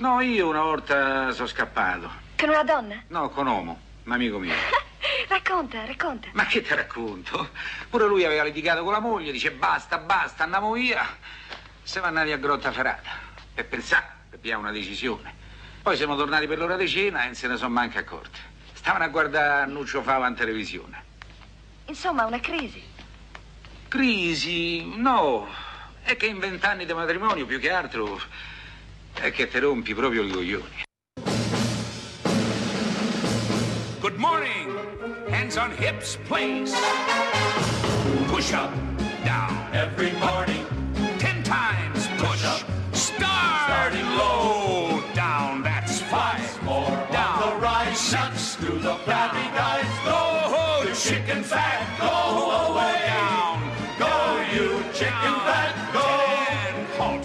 No, io una volta sono scappato. Con una donna? No, con Omo, un amico mio. Racconta. Ma che te racconto? Pure lui aveva litigato con la moglie, dice basta, andiamo via. Siamo andati a Grottaferrata per pensare, per pigliare una decisione. Poi siamo tornati per l'ora di cena e non se ne sono manco accorti. Stavano a guardare Nuccio Fava in televisione. Insomma, una crisi. Crisi? No. È che in 20 anni di matrimonio, più che altro, è che te rompi proprio i coglioni. Good morning. Hands on hips, please. Push up, down. Every morning. 10 times push up. Starting low. Down, that's 5. More down. On the rise. 6 through the flabby guys. Go, the chicken fat. Go away. Down. Go, you chicken fat. Go. 10. Halt.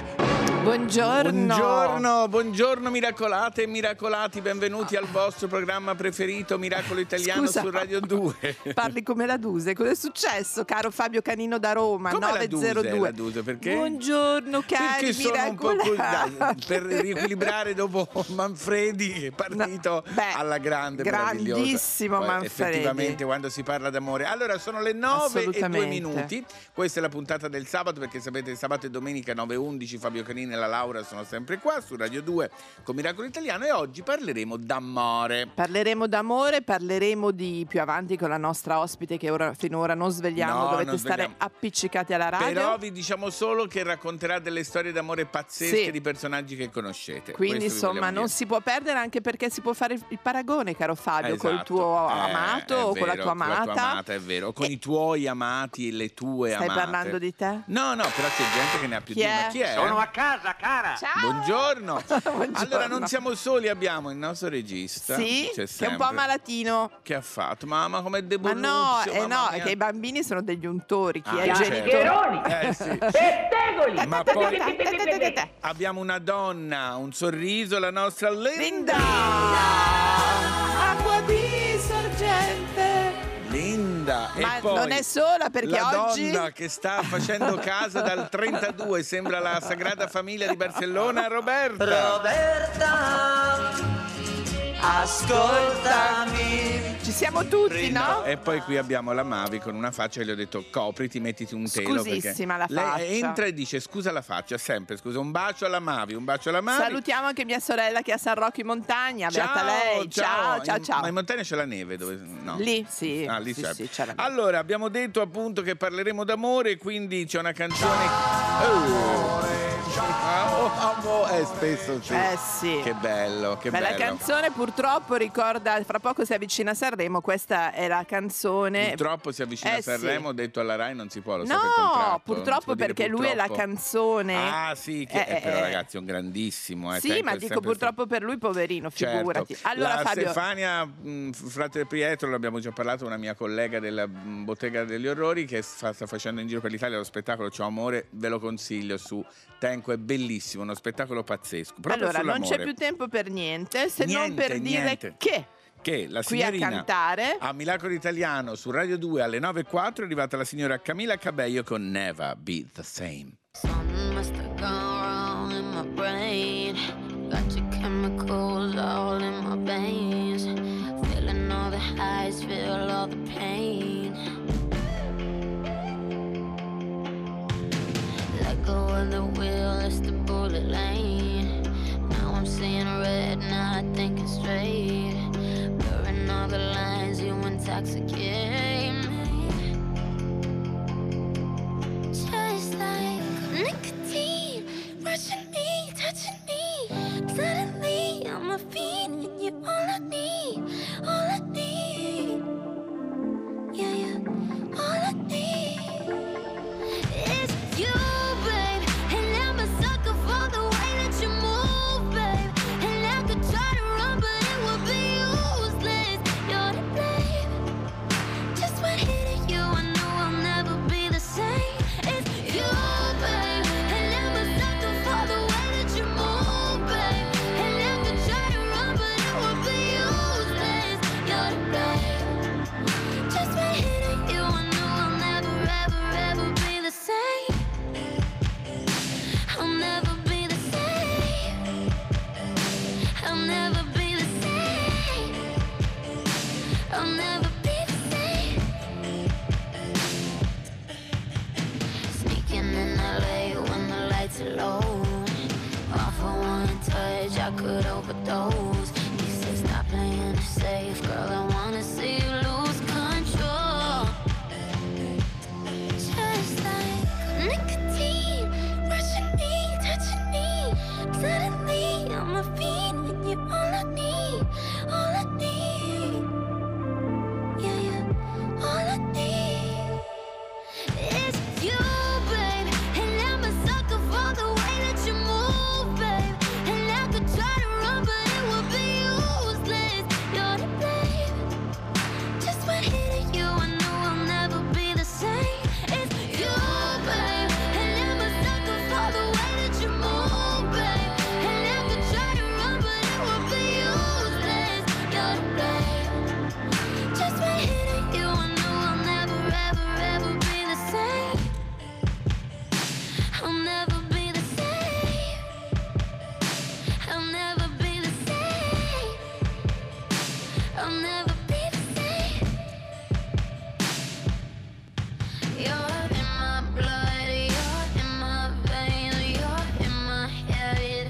Buongiorno miracolate e miracolati, benvenuti al vostro programma preferito, Miracolo Italiano. Scusa, su Radio 2. Parli come la Duse, cosa è successo, caro Fabio Canino da Roma? Come 902. la Duse, perché? Buongiorno cari perché sono miracolati. un po' per riequilibrare dopo Manfredi che è partito alla grande, grandissimo meravigliosa. Manfredi. Effettivamente quando si parla d'amore. Allora sono le 9:02. Questa è la puntata del sabato, perché sapete sabato e domenica 9:11 Fabio Canino e la Laura sono sempre qua su Radio 2 con Miracolo Italiano, e oggi parleremo d'amore. Parleremo di più avanti con la nostra ospite che finora non svegliamo, dovete stare appiccicati alla radio. Però vi diciamo solo che racconterà delle storie d'amore pazzesche di personaggi che conoscete. Quindi insomma non si può perdere, anche perché si può fare il paragone, caro Fabio, col tuo amato o con la tua amata. Con la tua amata, è vero, con i tuoi amati e le tue amate. Stai parlando di te? No, però c'è gente che ne ha più di una. Ma chi è? Sono a casa, cara. Ciao. Buongiorno. Allora non siamo soli, abbiamo il nostro regista. Sì, che è un po' malatino. Che ha fatto? Mamma, come Deborluccio. Ma no, è che i bambini sono degli untori. Chi è genitore? Sì. Pettegoli. Ma poi abbiamo una donna, un sorriso, la nostra Linda. Acqua di sorgente. Linda. Ma e poi non è sola, perché la oggi donna che sta facendo casa dal 32, sembra la Sagrada Famiglia di Barcellona, Roberta, ascoltami. Ci siamo tutti, no? E poi qui abbiamo la Mavi con una faccia che gli ho detto copriti, mettiti un telo. Scusissima perché la faccia. Lei entra e dice scusa la faccia, sempre scusa, un bacio alla Mavi. Salutiamo anche mia sorella che è a San Rocco in montagna. Beata lei. Ciao. Ma in montagna c'è la neve? Dove? No. Lì sì. Ah, lì sì, c'è. sì, c'è la neve. Allora, abbiamo detto appunto che parleremo d'amore, quindi c'è una canzone. Spesso sì. Sì. Che bello, che bella bello. canzone, purtroppo ricorda, fra poco si avvicina a Sanremo, questa è la canzone. Purtroppo si avvicina a Sanremo, sì. Ho detto alla Rai non si può, lo no, so che è contratto. purtroppo perché lui è la canzone. Ah sì, che però ragazzi è un grandissimo. Sì, ma dico purtroppo per lui, poverino, figurati. Certo. Allora Fabio, Stefania Frate Pietro, l'abbiamo già parlato, una mia collega della Bottega degli Orrori che sta facendo in giro per l'Italia lo spettacolo Ciao Amore, ve lo consiglio su Tenco, è bellissimo, uno spettacolo pazzesco. Allora non c'è più tempo per niente, se non per dire che la qui a signorina cantare a Miracolo Italiano su Radio 2 alle 9:04 è arrivata la signora Camila Cabello con Never Be the Same. Something must have gone wrong in my brain. Got your chemicals all in my veins. Feeling all the highs, feel all the pain. Let go of the wheel, it's the bullet lane. Now I'm seeing red, now I'm thinking straight. Blurring all the lines, you intoxicate me. Just like nicotine, rushing me, touching me. Suddenly I'm a fiend, and you're all I need, all I need. Yeah, all I need is you, babe. And I'm a sucker for the way that you move, babe. And I could try to run, but it would be useless. You're to blame. knowledge I could overdose. You said stop playing it safe, girl, I wanna see you lose control. Just like nicotine, rushing me, touching me. Suddenly I'm a fiend and you're all I need, all I need. Yeah, yeah, all I need is you, babe. And I'm a sucker for the way that you move, babe. And I could try to run, but it would be useless. You're the babe. Just by hitting you, I know I'll never be the same. It's you, babe. And I'm a sucker for the way that you move, babe. And I could try to run, but it would be useless. You're the babe. Just by hitting you, I know I'll never, ever, ever be the same. I'll never be the same. I'll never be the same. I'll never be the same. You're in my blood, you're in my veins, you're in my head.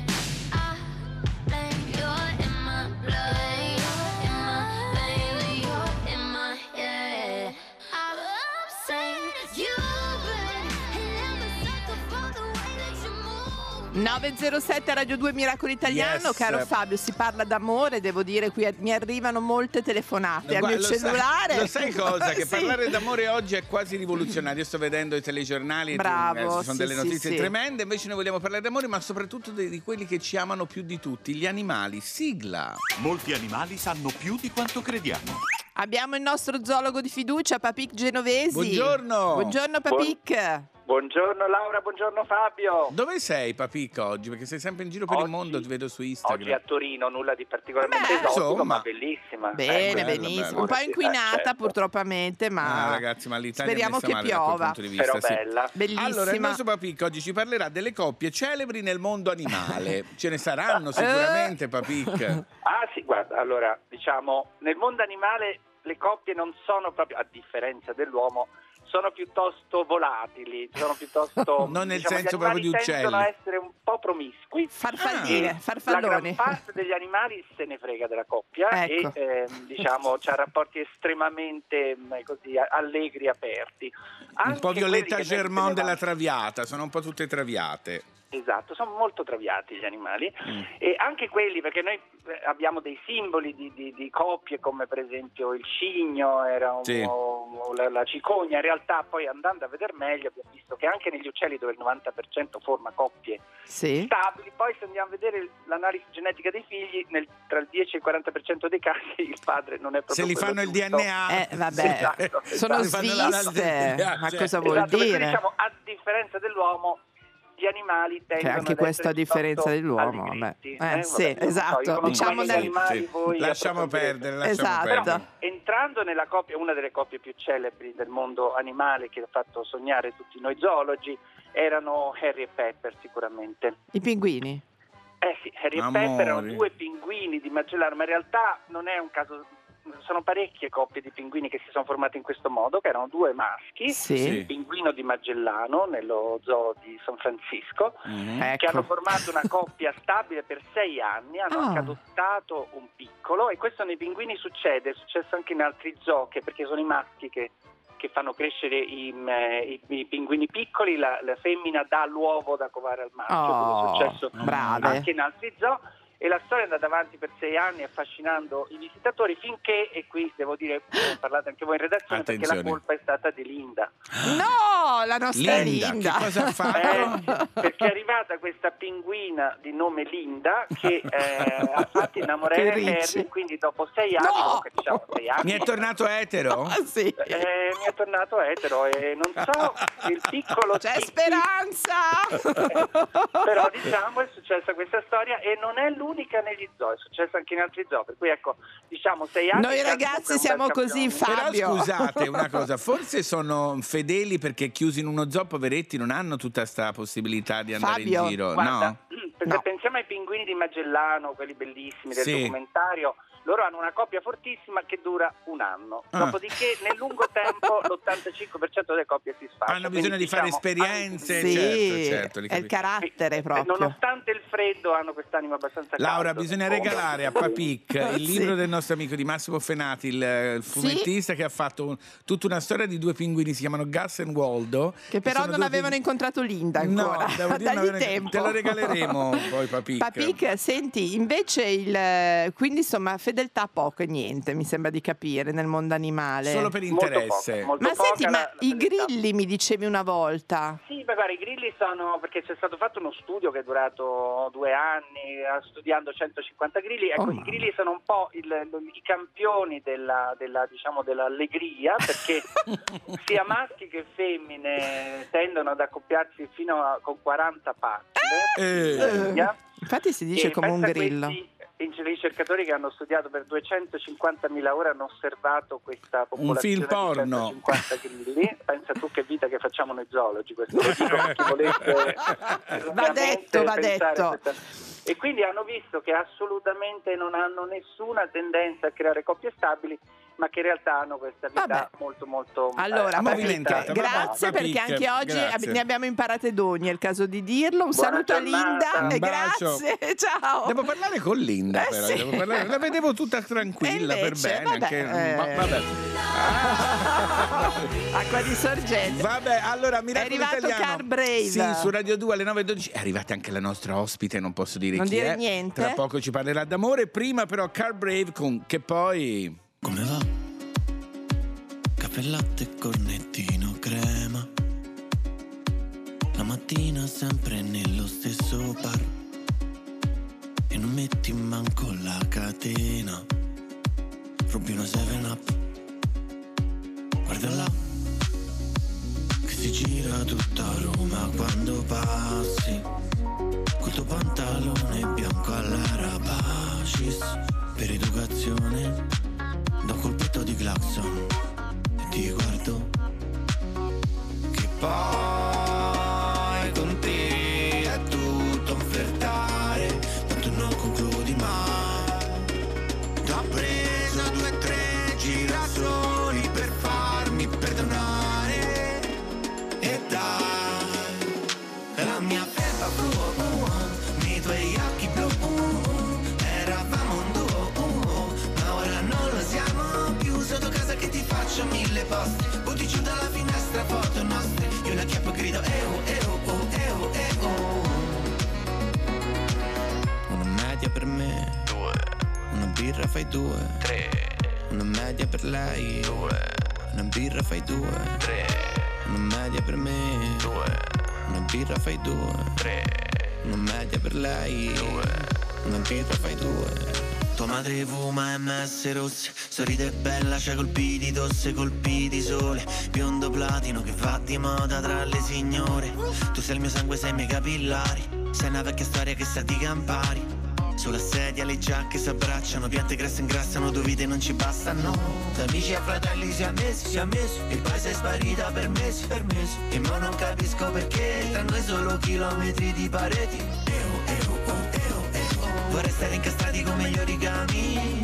You're in my blood, you're in my veins, you're in my head. I'm saying you, babe, and I'm a sucker for the way that you move. 907 Radio 2 Miracolo Italiano, Yes. caro Fabio, si parla d'amore, devo dire, qui mi arrivano molte telefonate al mio Lo cellulare. lo sai cosa? Che Sì. parlare d'amore oggi è quasi rivoluzionario. Io sto vedendo i telegiornali, Bravo, ci sono sì, delle sì, notizie sì. tremende. Invece noi vogliamo parlare d'amore, ma soprattutto di quelli che ci amano più di tutti, gli animali. Sigla. Molti animali sanno più di quanto crediamo. Abbiamo il nostro zoologo di fiducia, Papic Genovesi. Buongiorno. Buongiorno Papic. Buongiorno Laura, buongiorno Fabio. Dove sei, Papic, oggi? Perché sei sempre in giro per il Oggi- mondo, ti vedo su Oggi Instagram. a Torino, nulla di particolarmente Vabbè, esotico, insomma. ma bellissima. Bene, bello, benissimo. bello. Un po' inquinata certo. purtroppo, ma Ah, ragazzi, ma l'Italia speriamo è messa che male da quel piova. punto di vista, Però sì. bella. Bellissima. Allora, il nostro Papic oggi ci parlerà delle coppie celebri nel mondo animale. Ce ne saranno sicuramente, Papic. Ah sì, guarda, allora, diciamo, nel mondo animale le coppie non sono proprio, a differenza dell'uomo, sono piuttosto volatili, sono piuttosto... Non nel diciamo, senso gli proprio di animali tendono a uccelli. essere un po' promiscui. Farfalline, La gran farfalloni. parte degli animali se ne frega della coppia Ecco. e diciamo c'ha rapporti estremamente così allegri e aperti. Un Anche po' quelli Violetta che se ne Germont della vanno- Traviata, sono un po' tutte traviate. Esatto, sono molto traviati gli animali e anche quelli, perché noi abbiamo dei simboli di coppie come per esempio il cigno, era Sì. o la cicogna. In realtà poi andando a vedere meglio abbiamo visto che anche negli uccelli, dove il 90% forma coppie Sì. stabili, poi se andiamo a vedere l'analisi genetica dei figli, tra il 10 e il 40% dei casi il padre non è proprio Se li quello fanno il giusto. DNA. Vabbè, Esatto, sono esatto. Fanno l'analisi sviste. DNA, Ma cioè. cosa vuol Esatto, per cui, dire? diciamo, a differenza dell'uomo, gli animali tendono anche ad questo a essere differenza piuttosto dell'uomo, allegretti, vabbè. Sì, vabbè, non so, esatto, io conosco diciamo meglio gli nel- animali, Sì. voi Lasciamo approfondirete. perdere, lasciamo Esatto. perdere. Entrando nella coppia, una delle coppie più celebri del mondo animale che ha fatto sognare tutti noi zoologi erano Harry e Pepper sicuramente. I pinguini. Sì, Harry Amori. e Pepper erano due pinguini di Magellano, ma in realtà non è un caso, sono parecchie coppie di pinguini che si sono formate in questo modo, che erano due maschi, Sì. il pinguino di Magellano nello zoo di San Francisco, Ecco. che hanno formato una coppia stabile per 6 anni, hanno anche adottato un piccolo, e questo nei pinguini succede, è successo anche in altri zoo, perché sono i maschi che fanno crescere i pinguini piccoli, la femmina dà l'uovo da covare al maschio, come è successo brave. anche in altri zoo. E la storia è andata avanti per 6 anni affascinando i visitatori, finché, e qui devo dire, parlate anche voi in redazione, perché Attenzione. la colpa è stata di Linda. No, la nostra Linda, Linda. che cosa ha fatto? Perché è arrivata questa pinguina di nome Linda che ha fatto innamorare Che ricci. Harry, quindi dopo 6 anni, No! comunque, diciamo 6 anni, Mi è tornato etero? Ah, sì. mi è tornato etero e non so, il piccolo C'è Tiki, speranza. però diciamo è successa questa storia e non è l'unica negli zoo, è successa anche in altri zoo, per cui ecco, diciamo 6 anni. Noi è ragazzi comunque un siamo bel così, campione. Fabio. Però scusate una cosa, forse sono fedeli perché chiusi in uno zoo, poveretti, non hanno tutta sta possibilità di andare Fabio, in giro, Guarda, no? Perché pensiamo ai pinguini di Magellano, quelli bellissimi del documentario, loro hanno una coppia fortissima che dura un anno. Dopodiché nel lungo tempo l'85% delle coppie si sfascia. Hanno bisogno di fare esperienze, certo, è il carattere proprio. Nonostante il freddo hanno quest'animo abbastanza caldo. Laura, bisogna regalare a Papic il libro del nostro amico di Massimo Fenati, il fumettista che ha fatto tutta una storia di due pinguini, si chiamano Gus e Waldo. Che però non avevano incontrato Linda ancora. No, devo dire, tempo. Te lo regaleremo poi, Papic. Papic, senti, invece quindi insomma fedeltà poco e niente, mi sembra di capire, nel mondo animale. Solo per interesse. Ma senti, i grilli mi dicevi una volta. Sì, beh, guarda, i grilli sono, perché c'è stato fatto uno studio che è durato 2 anni, studiando 150 grilli. Ecco, i grilli sono un po' i campioni dell'allegria, perché sia maschi che femmine tendono ad accoppiarsi fino con 40 partner. Infatti si dice come un grillo. I ricercatori che hanno studiato per 250.000 ore hanno osservato questa popolazione film porno. di 150 grilli. Pensa tu che vita che facciamo noi zoologi, questo lo dico a chi volesse. Va detto. E quindi hanno visto che assolutamente non hanno nessuna tendenza a creare coppie stabili, ma che in realtà hanno questa vita molto allora, movimentata. Grazie, perché anche oggi ne abbiamo imparate d'ogni, è il caso di dirlo. Un Buona saluto giornata. a Linda e bacio. grazie, ciao. Devo parlare con Linda, però. Sì. La vedevo tutta tranquilla, invece, per bene. Vabbè. Acqua di sorgente. Vabbè, allora Miracolo È arrivato Italiano. Car Brave. Sì, su Radio 2 alle 9:12. È arrivata anche la nostra ospite, non posso dire Non chi dire è. niente. Tra poco ci parlerà d'amore. Prima però Car Brave con Che poi... Come va? Caffè latte, cornettino, crema. La mattina sempre nello stesso bar. E non metti manco la catena. Rubi una 7-up. Guarda là, che si gira tutta Roma quando passi. Col tuo pantalone bianco all'Arabacis. Per educazione do un colpetto di clacson e ti guardo. Che poi con te è tutto un flirtare, ma tu non concludi mai. T'ho preso 2 o 3 girasoli per farmi perdonare. E dai, la mia felpa blu, i tuoi occhi blu, eravamo un duo, ma ora non lo siamo più. Sotto casa che ti faccio 1000 posti, butti giù dalla finestra foto nostre, io la chiappo e grido Una media per me, 2. Una birra fai 2, 3. Una media per lei, 2. Una birra fai 2, 3. Una media per me, 2. Una birra fai 2, 3. Una media per lei, 2. Una birra fai 2. Tua madre fuma MS rosse, sorride bella, c'ha colpi di tosse, colpi di sole, biondo platino che va di moda tra le signore. Tu sei il mio sangue, sei i miei capillari, sei una vecchia storia che sa di campari. Sulla sedia le giacche si abbracciano, piante grasse ingrassano, due vite non ci bastano. Da amici a fratelli si è messi, e poi sei sparita per mesi, e mo non capisco perché, tra noi solo chilometri di pareti. Vorrei stare incastrati come gli origami.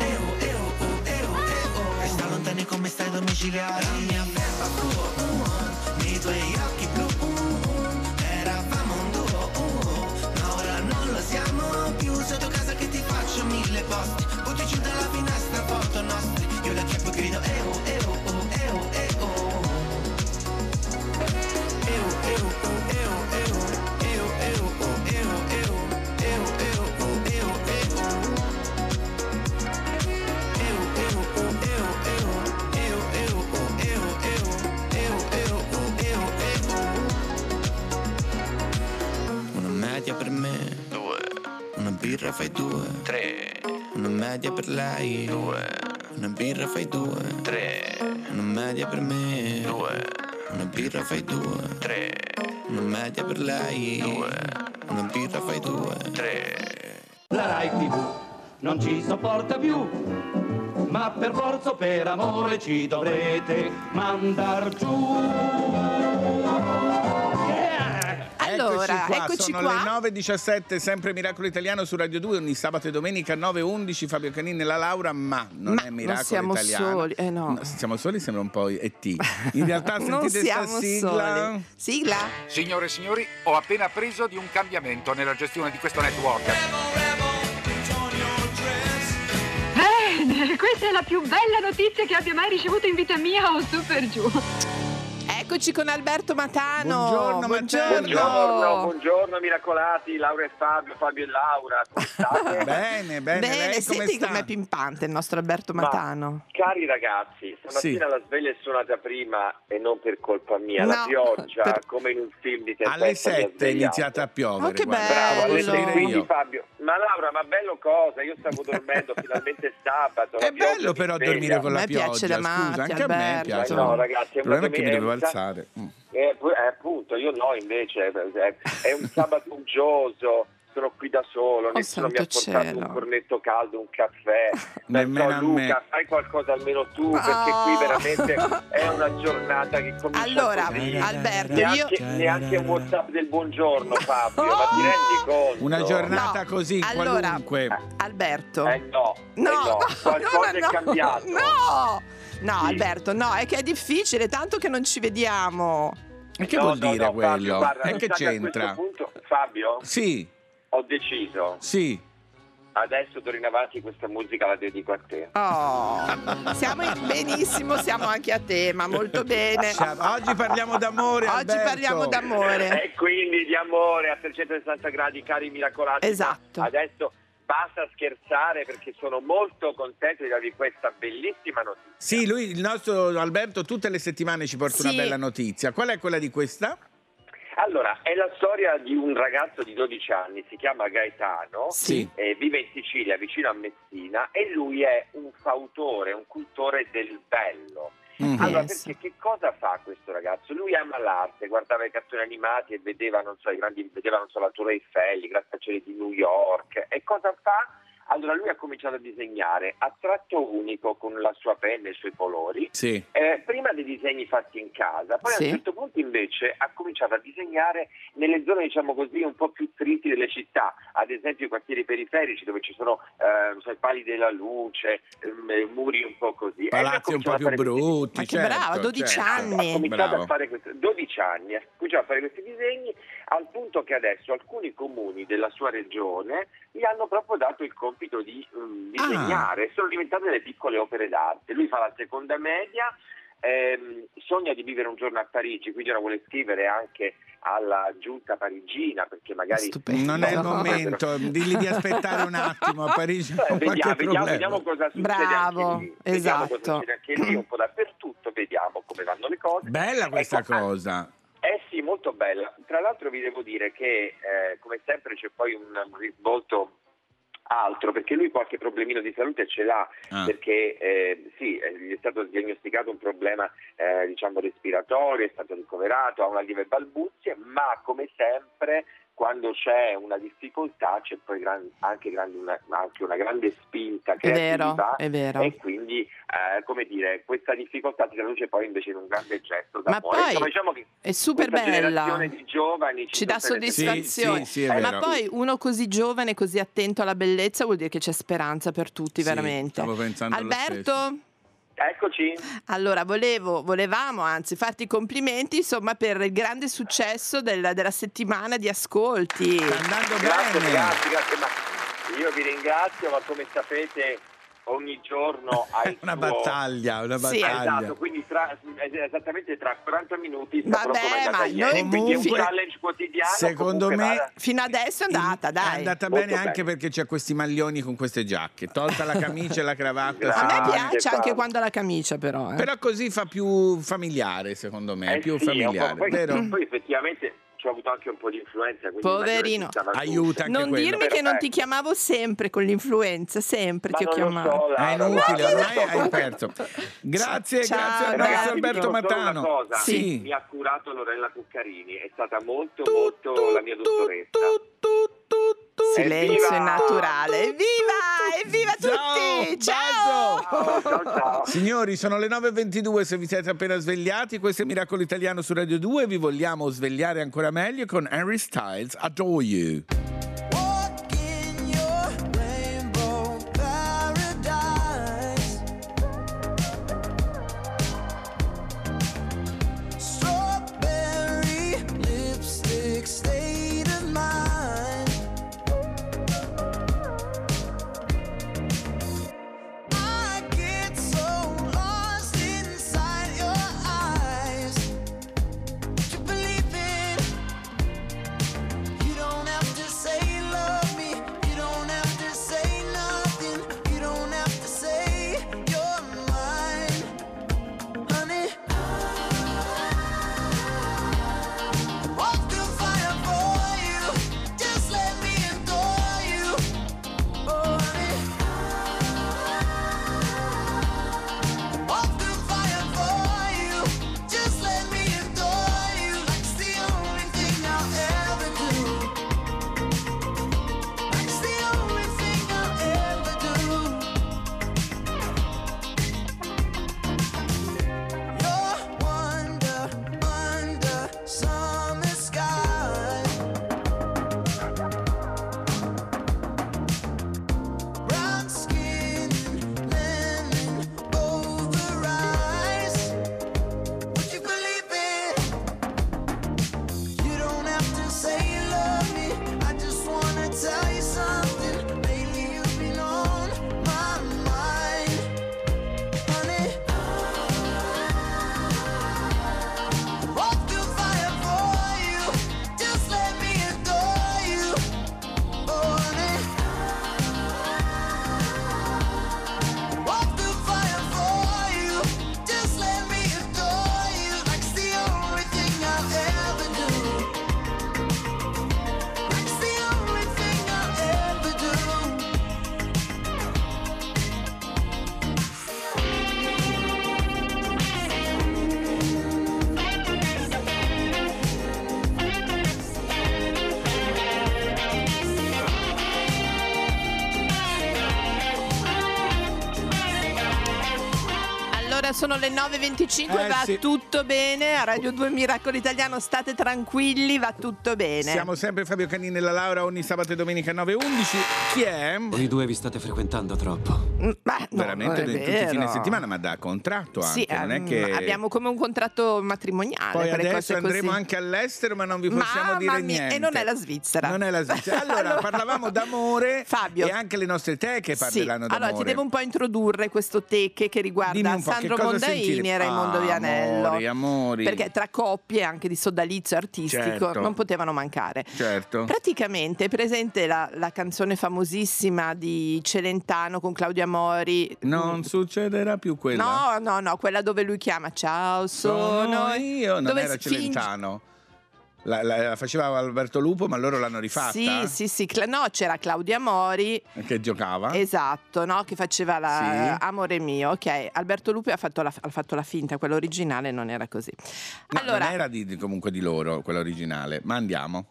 Resta lontani come stai domiciliari. La mia felpa blu, i tuoi occhi blu, eravamo un duo, ma ora non lo siamo più. Sotto casa che ti faccio 1000 posti, butti giù dalla finestra foto nostre, io la chiappo e grido per me, 2. Una birra fai 2, 3. Una media per lei, 2. Una birra fai 2, 3. Una media per me, 2. Una birra fai 2, 3. Una media per lei, 2. Una birra fai 2, 3. La Rai TV non ci sopporta più, ma per forza o per amore ci dovrete mandar giù. Allora, Allora, eccoci sono qua. le 9:17, sempre Miracolo Italiano su Radio 2, ogni sabato e domenica 9:11, Fabio Canini e la Laura, ma non è Miracolo non siamo Italiano. soli, no. Siamo soli, sembra un po' ET. In realtà non sentite sta siamo sigla. soli. Sigla? Signore e signori, ho appena appreso di un cambiamento nella gestione di questo network. Bene, questa è la più bella notizia che abbia mai ricevuto in vita mia o su per giù. Eccoci con Alberto Matano. Buongiorno, Buongiorno miracolati, Laura e Fabio, Fabio e Laura, come state? Bene, lei come senti sta? com'è pimpante il nostro Alberto Matano. Cari ragazzi, stamattina la sveglia è suonata prima e non per colpa mia, la No, pioggia, come in un film di Tempesta. Alle 7 è iniziata a piovere. Oh, che guarda. Bravo, alle bello. 6, quindi Fabio. Ma Laura, ma bello cosa? Io stavo dormendo, finalmente è sabato. È bello però dormire con A la me piace pioggia, da matti, scusa, anche a me Alberto. piace. No, ragazzi, Il problema è che mi dovevo alzare. Appunto, io no, invece è un sabato uggioso, sono qui da solo, nessuno mi ha santo portato cielo. un cornetto caldo, un caffè. Nemmeno a me. Luca, fai qualcosa almeno tu, perché qui veramente è una giornata che comincia Allora, così. Alberto, Neanche un WhatsApp del buongiorno, Fabio, ma ti rendi conto? Una giornata No, così, allora, qualunque. Alberto. No, qualcosa è cambiato. No, Sì. Alberto, no, è che è difficile, tanto che non ci vediamo. E che No, vuol no, dire no, quello? Fabio, guarda, E mi che sa che a questo c'entra? punto, Fabio, Sì, ho deciso. sì. Adesso d'ora in avanti questa musica la dedico a te. Benissimo, siamo anche a tema, molto bene. Oggi parliamo d'amore, Oggi Alberto. parliamo d'amore. E quindi di amore a 360 gradi, cari miracolati. Esatto. Ma adesso basta scherzare, perché sono molto contento di darvi questa bellissima notizia. Sì, lui, il nostro Alberto, tutte le settimane ci porta Sì. una bella notizia. Qual è quella di questa? Allora, è la storia di un ragazzo di 12 anni, si chiama Gaetano, Sì. vive in Sicilia, vicino a Messina, e lui è un fautore, un cultore del bello. Allora, Yes. perché che cosa fa questo ragazzo? Lui ama l'arte, guardava i cartoni animati e vedeva, non so, la Tour Eiffel, i grattacieli di New York. E cosa fa? Allora lui ha cominciato a disegnare a tratto unico con la sua penna e i suoi colori, Sì. prima dei disegni fatti in casa, poi Sì. a un certo punto invece ha cominciato a disegnare nelle zone, diciamo così, un po' più tristi delle città, ad esempio i quartieri periferici dove ci sono i pali della luce, muri un po' così. Palazzi un po' più brutti. Ma che brava, 12 anni. Ha cominciato Bravo. a fare 12 anni, ha cominciato a fare questi disegni, al punto che adesso alcuni comuni della sua regione gli hanno proprio dato il compito di disegnare, sono diventate delle piccole opere d'arte. Lui fa la seconda media, sogna di vivere un giorno a Parigi, quindi ora vuole scrivere anche alla giunta parigina, perché magari Non è il momento, digli di aspettare un attimo, a Parigi ho qualche problema. vediamo cosa succede Bravo, anche lì. Vediamo cosa esatto. succede anche lì, un po' dappertutto, vediamo come vanno le cose. Bella questa Ecco, cosa. sì, molto bella. Tra l'altro vi devo dire che come sempre c'è poi un risvolto altro, perché lui qualche problemino di salute ce l'ha, perché gli è stato diagnosticato un problema diciamo respiratorio, è stato ricoverato, ha una lieve balbuzie, ma come sempre quando c'è una difficoltà c'è poi anche una grande spinta creativa, È vero. e quindi come dire, questa difficoltà si traduce poi invece in un grande gesto Ma d'amore. poi Insomma, diciamo che è super questa bella. generazione di giovani Ci dà soddisfazione. Sì, è ma vero. poi uno così giovane, così attento alla bellezza, vuol dire che c'è speranza per tutti, Sì, veramente. stavo pensando allo Alberto? Eccoci. Allora, volevamo anzi farti i complimenti, insomma, per il grande successo della settimana di ascolti. Sta andando Grazie, bene. grazie, ma io vi ringrazio, ma come sapete ogni giorno ha il Una suo... battaglia, una Sì, battaglia. Esatto, quindi esattamente tra 40 minuti Vabbè, saprò come è andata ma ieri. noi Quindi è un comunque, challenge quotidiano. secondo comunque me, vada- Fino adesso è andata, È dai. andata Molto bene anche bene. perché c'ha questi maglioni con queste giacche. Tolta la camicia e la cravatta. Grazie. A me secondo me. piace anche Fabio. quando ha la camicia, però. Però così fa più familiare, secondo me. Più sì, è un po'- familiare, vero? poi effettivamente ci ho avuto anche un po' di influenza. quindi Poverino. immagino che stava giù. Aiuta anche Non quello. dirmi che non ti Perfetto. chiamavo sempre con l'influenza, sempre Ma ti ho non lo chiamato. so, È Laura, inutile, guarda, ormai non so. hai perso. Grazie, Ciao, grazie al ragazzi, nostro Alberto dico solo Matano. una cosa. Sì. Mi ha curato Lorella Cuccarini, è stata molto la mia dottoressa. Silenzio Evviva! naturale. Evviva! Evviva tutti! Ciao! Ciao! Ciao. Signori, sono le 9:22, se vi siete appena svegliati, questo è Miracolo Italiano su Radio 2, vi vogliamo svegliare ancora meglio con Harry Styles, Adore You. Sono le 9:25, va tutto bene. A Radio 2 Miracolo Italiano state tranquilli, va tutto bene. Siamo sempre Fabio Canini e la Laura ogni sabato e domenica 9:11. Chi è? Voi due vi state frequentando troppo. Ma veramente tutti i fine settimana, ma da contratto anche. Sì, non è che... abbiamo come un contratto matrimoniale. Poi quelle adesso cose andremo così. Anche all'estero, ma non vi possiamo dire niente. E non è la Svizzera. Non è la Svizzera. Allora, parlavamo d'amore, Fabio. E anche le nostre teche parleranno d'amore. Allora, ti devo un po' introdurre questo teche che riguarda Sandro Mondaini e Raimondo Vianello. Amori. Perché tra coppie anche di sodalizio artistico non potevano mancare. Certo. Praticamente è presente la canzone famosissima di Celentano con Claudia Mori. Non succederà più quella. No, quella dove lui chiama Ciao, sono io. Non era Celentano. La faceva Alberto Lupo, ma loro l'hanno rifatta? Sì. No, c'era Claudia Mori che giocava. Esatto, no? Che faceva Amore mio. Ok, Alberto Lupo ha fatto la finta, quella originale non era così. No, allora, non era comunque di loro, quella originale. Ma andiamo.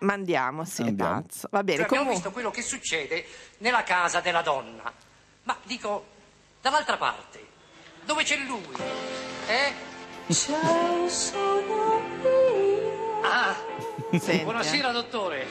È pazzo. Va bene. Abbiamo visto quello che succede nella casa della donna. Ma dico, dall'altra parte, dove c'è lui? Ciao, sono io. Ah, buonasera dottore.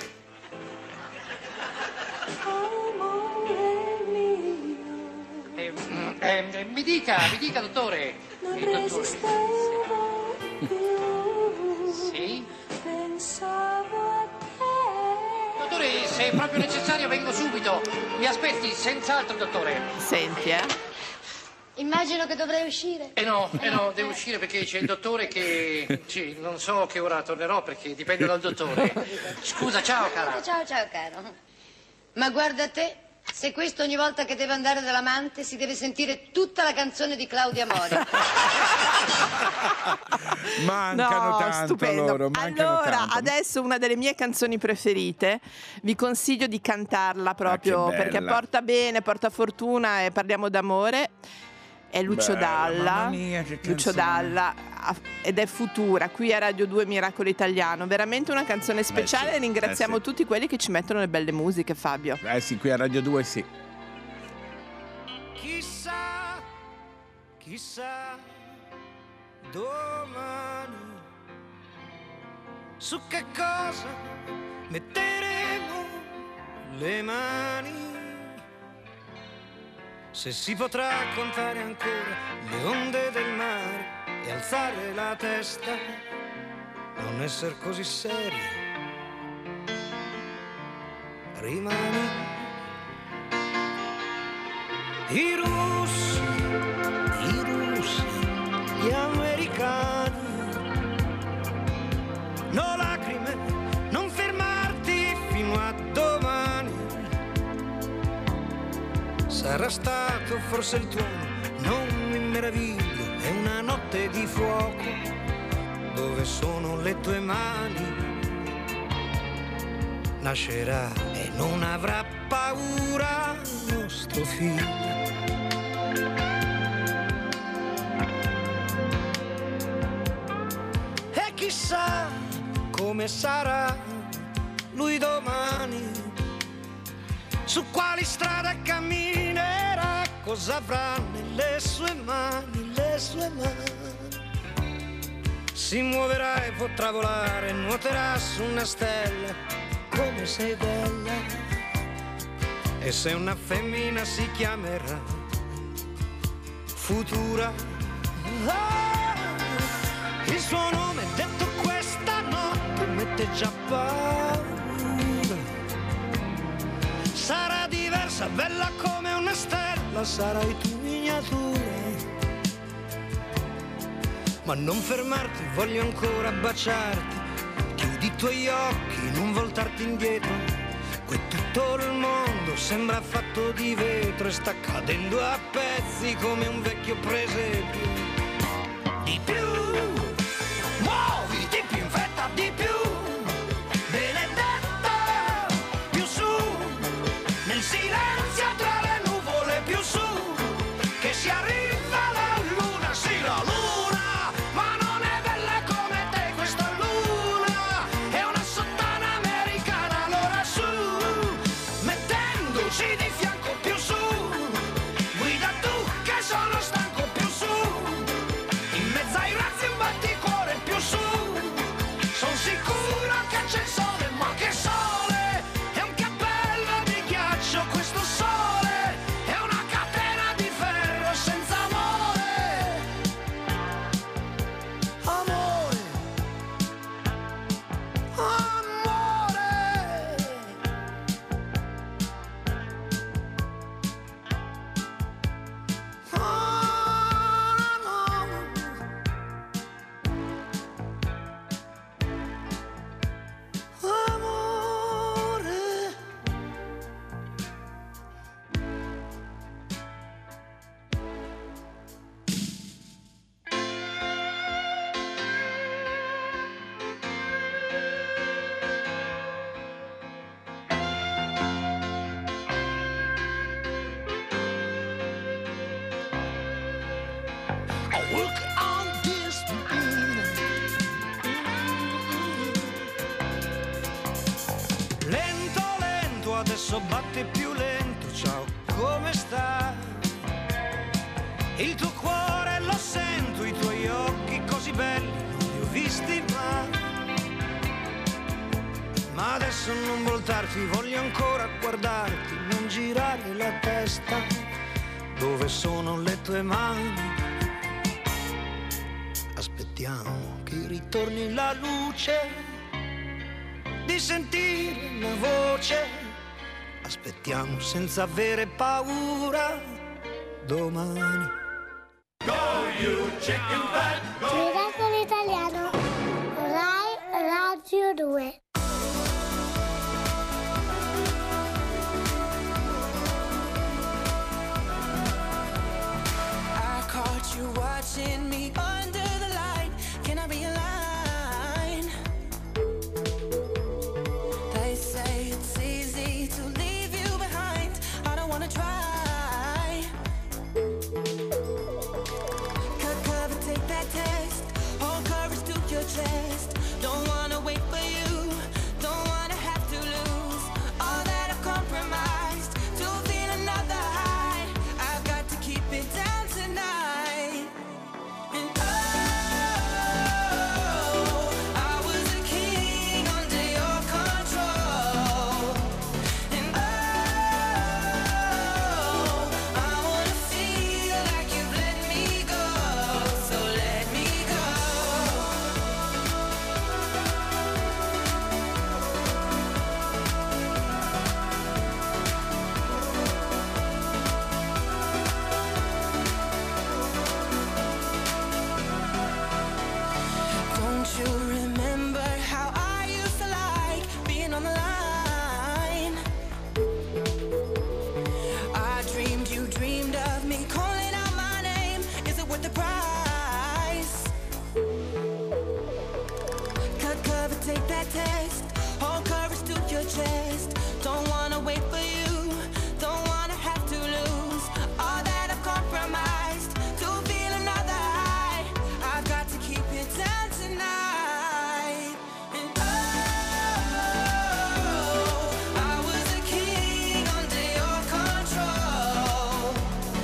Mi dica dottore. Non resistevo più. Sì? Pensavo a te. Dottore, se è proprio necessario vengo subito. Mi aspetti, senz'altro dottore. Senti, Immagino che dovrei uscire. No, devo uscire perché c'è il dottore che... Sì, non so che ora tornerò perché dipende dal dottore. Scusa, ciao cara. Ciao caro. Ma guarda te, se questo ogni volta che deve andare dall'amante si deve sentire tutta la canzone di Claudia Mori. Mancano tanto stupendo. Loro, allora, adesso una delle mie canzoni preferite, vi consiglio di cantarla proprio perché porta bene, porta fortuna e parliamo d'amore. È Lucio Dalla. Mamma mia, che Lucio Dalla ed è Futura qui a Radio 2 Miracolo Italiano. Veramente una canzone speciale. Ringraziamo tutti quelli che ci mettono le belle musiche, Fabio. Sì, qui a Radio 2 sì. Chissà chissà domani su che cosa metteremo le mani, se si potrà contare ancora le onde del mare e alzare la testa, non essere così seri, rimani. I russi, gli americani, no lacrime, non fermarti fino a domani. Sarà stato forse il tuono, non mi meraviglio, è una notte di fuoco, dove sono le tue mani? Nascerà e non avrà paura nostro figlio. E chissà come sarà lui domani, su quali strade camminerà, cosa avrà nelle sue mani, le sue mani. Si muoverà e potrà volare, nuoterà su una stella, come sei bella. E se una femmina si chiamerà Futura, il suo nome detto questa notte mette già paura. Sarà diversa, bella come una stella, sarai tu miniatura. Ma non fermarti, voglio ancora baciarti. Chiudi i tuoi occhi, non voltarti indietro. Qui tutto il mondo sembra fatto di vetro e sta cadendo a pezzi come un vecchio presepio. Di più, muoviti più in fretta, di più, benedetta, più su, nel silenzio tra le nuvole, più su, che si arriva la luna, sì la luna, ma non è bella come te questa luna, è una sottana americana, allora su, mettendoci di fianco, più su, guida tu che sono stanco, più su, in mezzo ai razzi un batticuore, più su, son sicuro che c'è il sole, ma che sole, è un cappello di ghiaccio questo sole, è una catena di ferro senza amore, amore, amore. Amore. I work on this. Lento, lento, adesso batte più lento. Ciao, come stai? Il tuo cuore lo sento, i tuoi occhi così belli non li ho visti mai. Ma adesso non voltarti, voglio ancora guardarti, non girare la testa. Dove sono le tue mani? Aspettiamo che ritorni la luce, di sentire una voce. Aspettiamo senza avere paura domani. Go you chicken fat, Miracolo Italiano, Rai Radio 2. I caught you watching me under the light. Can I be a line? They say it's easy to leave you behind. I don't wanna try. Cut cover, take that test. Hold courage to your chest. Don't wanna wait for you. Don't wanna have to lose all that I've compromised to feel another high. I've got to keep it down tonight. that test. Hold courage to your chest. Don't wanna wait for you. Don't wanna have to lose all that I've compromised to feel another high. I've got to keep it down tonight. And I was a king under your control.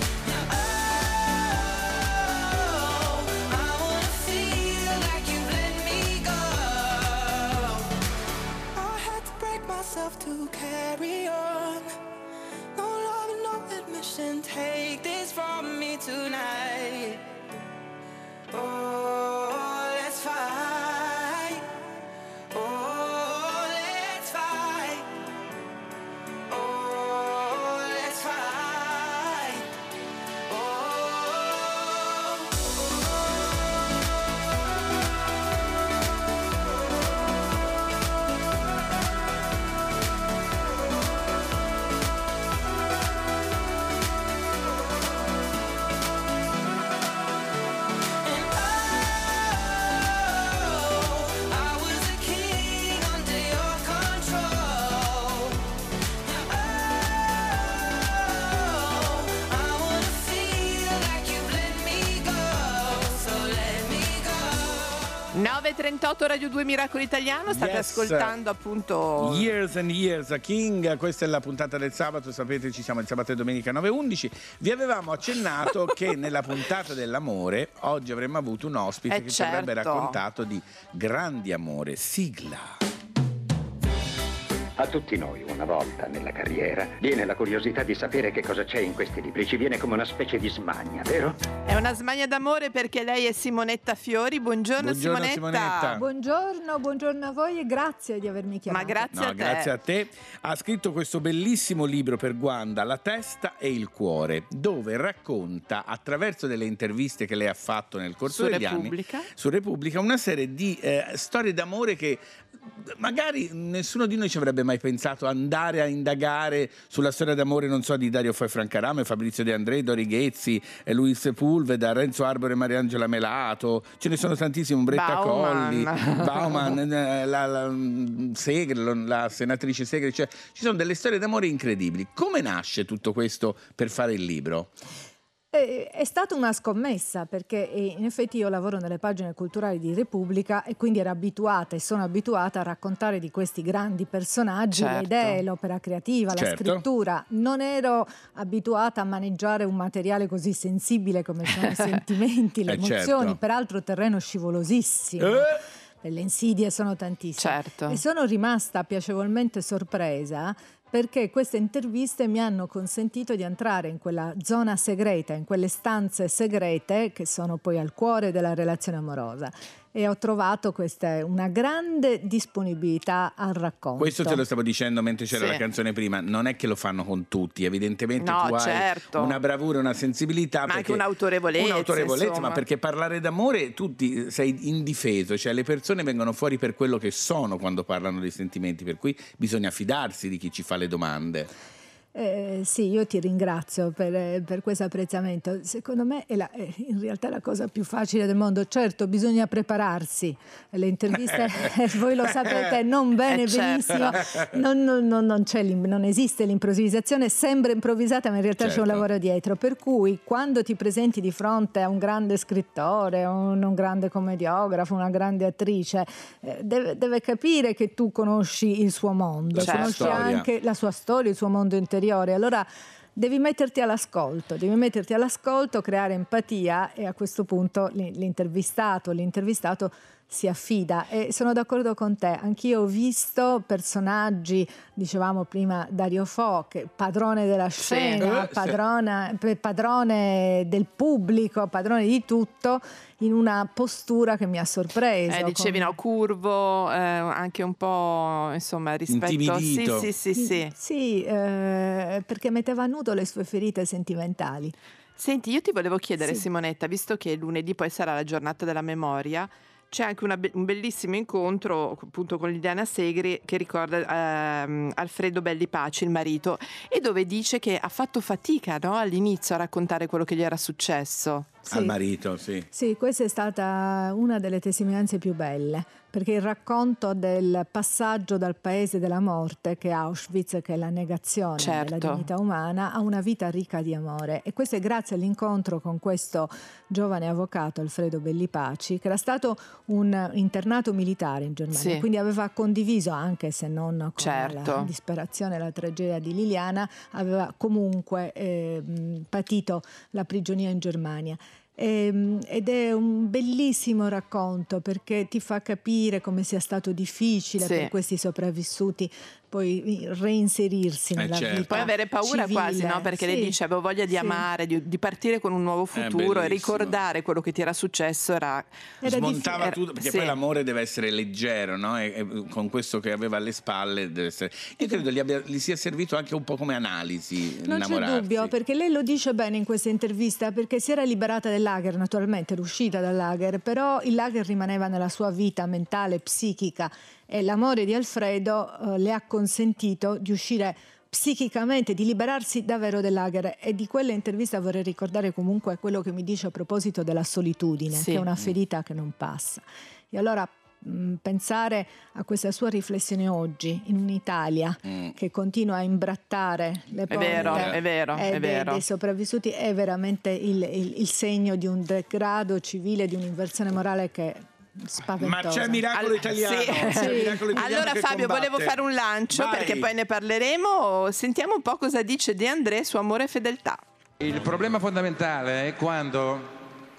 I wanna feel like you've let me go. I had to break myself to carry on. No love and no admission. Take this from me tonight. Oh, let's fight. Oh, let's fight. Oh, let's fight. I was a king under your control. I wanna feel like you've let me go, so let me go. 9:38 Radio 2 Miracolo Italiano, state Yes. ascoltando appunto Years and Years a King, questa è la puntata del sabato, sapete ci siamo il sabato e domenica 9:11. Vi avevamo accennato che nella puntata dell'amore oggi avremmo avuto un ospite che ci avrebbe certo. raccontato di grandi amore. Sigla. A tutti noi, una volta nella carriera, viene la curiosità di sapere che cosa c'è in questi libri. Ci viene come una specie di smania, vero? È una smania d'amore perché lei è Simonetta Fiori. Buongiorno, Simonetta. Buongiorno a voi e grazie di avermi chiamato. Ma grazie a te. Grazie a te. Ha scritto questo bellissimo libro per Wanda, La testa e il cuore, dove racconta, attraverso delle interviste che lei ha fatto nel corso Su degli Repubblica. anni, su Repubblica, una serie di storie d'amore che magari nessuno di noi ci avrebbe mai pensato andare a indagare sulla storia d'amore, non so, di Dario Fo e Francarame, Fabrizio De André, Dori Ghezzi, Luis Sepulveda, Renzo Arbore e Mariangela Melato. Ce ne sono tantissimi, Umbretta Colli, Bauman, la Segre, la senatrice Segre, cioè ci sono delle storie d'amore incredibili. Come nasce tutto questo per fare il libro? È stata una scommessa perché in effetti io lavoro nelle pagine culturali di Repubblica e quindi ero abituata e sono abituata a raccontare di questi grandi personaggi, Certo. le idee, l'opera creativa, la Certo. scrittura. Non ero abituata a maneggiare un materiale così sensibile come sono i sentimenti, le emozioni, certo. peraltro terreno scivolosissimo. Le insidie sono tantissime. Certo. E sono rimasta piacevolmente sorpresa perché queste interviste mi hanno consentito di entrare in quella zona segreta, in quelle stanze segrete che sono poi al cuore della relazione amorosa. E ho trovato una grande disponibilità al racconto. Questo te lo stavo dicendo mentre c'era Sì. la canzone prima, non è che lo fanno con tutti, evidentemente No, tu certo. hai una bravura, una sensibilità, Ma anche perché- un'autorevolezza, insomma. ma perché parlare d'amore tu sei indifeso, cioè le persone vengono fuori per quello che sono quando parlano dei sentimenti, per cui bisogna fidarsi di chi ci fa le domande. Sì, io ti ringrazio per questo apprezzamento. Secondo me è in realtà la cosa più facile del mondo. Certo, bisogna prepararsi. Le interviste, voi lo sapete non bene, benissimo. Non esiste l'improvvisazione, sembra improvvisata, ma in realtà c'è un lavoro dietro. Per cui quando ti presenti di fronte a un grande scrittore, un grande commediografo, una grande attrice, deve capire che tu conosci il suo mondo, conosci storia. anche la sua storia, il suo mondo interiore. Allora devi metterti all'ascolto, creare empatia e a questo punto l'intervistato si affida. E sono d'accordo con te, anch'io ho visto personaggi, dicevamo prima Dario Fo, che padrone della scena, padrone del pubblico, padrone di tutto, in una postura che mi ha sorpreso. Dicevi no, curvo, anche un po' insomma rispetto Intimidito. Sì. Perché metteva a nudo le sue ferite sentimentali. Senti, io ti volevo chiedere, Sì. Simonetta, visto che lunedì poi sarà la giornata della memoria, c'è anche un bellissimo incontro appunto con Liliana Segre che ricorda Alfredo Belli Paci, il marito, e dove dice che ha fatto fatica, no, all'inizio a raccontare quello che gli era successo. Al marito, sì. Sì, questa è stata una delle testimonianze più belle, perché il racconto del passaggio dal paese della morte, che è Auschwitz, che è la negazione della dignità umana, a una vita ricca di amore. E questo è grazie all'incontro con questo giovane avvocato, Alfredo Bellipaci, che era stato un internato militare in Germania, quindi aveva condiviso, anche se non con la disperazione e la tragedia di Liliana, aveva comunque patito la prigionia in Germania. Ed è un bellissimo racconto, perché ti fa capire come sia stato difficile per questi sopravvissuti poi reinserirsi nella vita. Poi avere paura civile. quasi, no? Perché lei dice avevo voglia di amare, di partire con un nuovo futuro e ricordare quello che ti era successo era smontava tutto, perché poi l'amore deve essere leggero, no? E con questo che aveva alle spalle deve essere... Io credo gli sia servito anche un po' come analisi. Non c'è dubbio, perché lei lo dice bene in questa intervista, perché si era liberata del lager, naturalmente era uscita dal lager, però il lager rimaneva nella sua vita mentale, psichica, e l'amore di Alfredo le ha consentito di uscire psichicamente, di liberarsi davvero del lager. E di quella intervista vorrei ricordare comunque quello che mi dice a proposito della solitudine, che è una ferita che non passa. E allora pensare a questa sua riflessione oggi in un'Italia che continua a imbrattare le porte dei sopravvissuti è veramente il segno di un degrado civile, di un'inversione morale che spaventosa. Ma c'è Miracolo Italiano. Allora Fabio, volevo fare un lancio perché poi ne parleremo. Sentiamo un po' cosa dice De André su amore e fedeltà. Il problema fondamentale è quando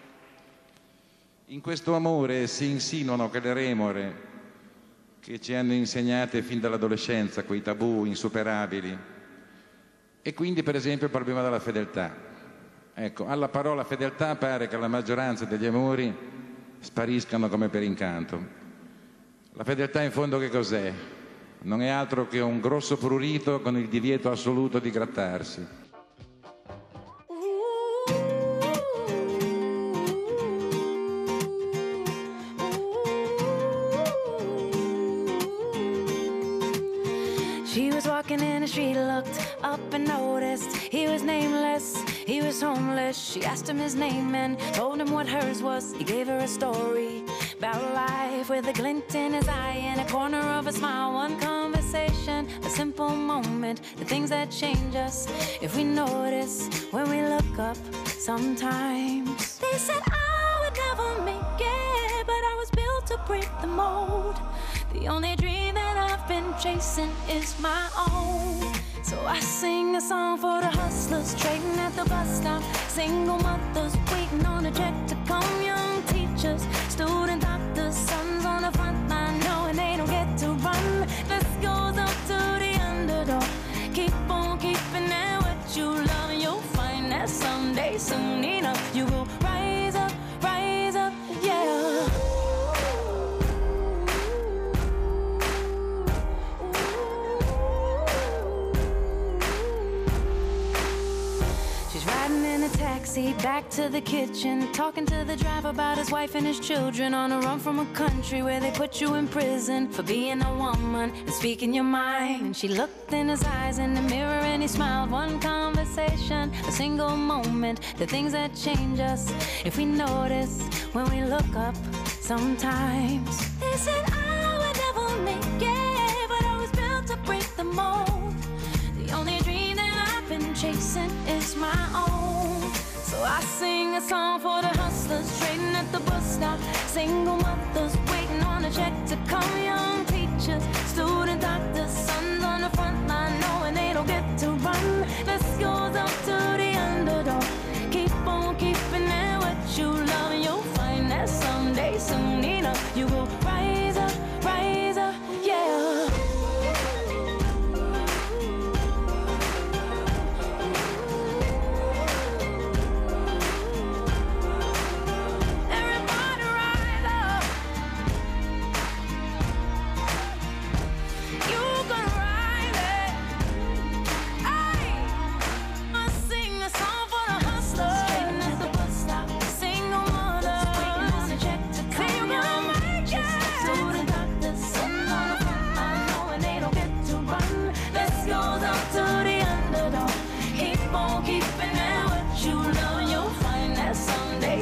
in questo amore si insinuano quelle remore che ci hanno insegnate fin dall'adolescenza, quei tabù insuperabili, e quindi per esempio il problema della fedeltà. Ecco, alla parola fedeltà pare che la maggioranza degli amori spariscano come per incanto. La fedeltà in fondo che cos'è? Non è altro che un grosso prurito con il divieto assoluto di grattarsi. She was walking in and she looked up and noticed he was nameless, he was homeless. She asked him his name and told him what hers was. He gave her a story about life with a glint in his eye and a corner of a smile. One conversation, a simple moment, the things that change us if we notice when we look up sometimes. They said I would never make it, but I was built to break the mold. The only dream that I've been chasing is my own. So I sing a song for the hustlers trading at the bus stop, single mothers waiting on a check to come, young teachers, student doctors, sons on the front line knowing they don't get to run. This goes up to the underdog. Keep on keeping at what you love and you'll find that someday, soon enough, you will rise up, yeah. Taxi back to the kitchen, talking to the driver about his wife and his children, on a run from a country where they put you in prison for being a woman and speaking your mind. And she looked in his eyes in the mirror and he smiled. One conversation, a single moment, the things that change us if we notice when we look up sometimes. They said I would never make it, but I was built to break the mold. The only dream that I've been chasing is my own. So I sing a song for the hustlers trading at the bus stop, single mothers waiting on a check to come, young teachers, student doctors, sons on the front line knowing they don't get to run. This goes up to the underdog. Keep on keeping at what you love and you'll find that someday, soon enough, you will rise up, yeah. Keeping at what you love, you'll find that someday.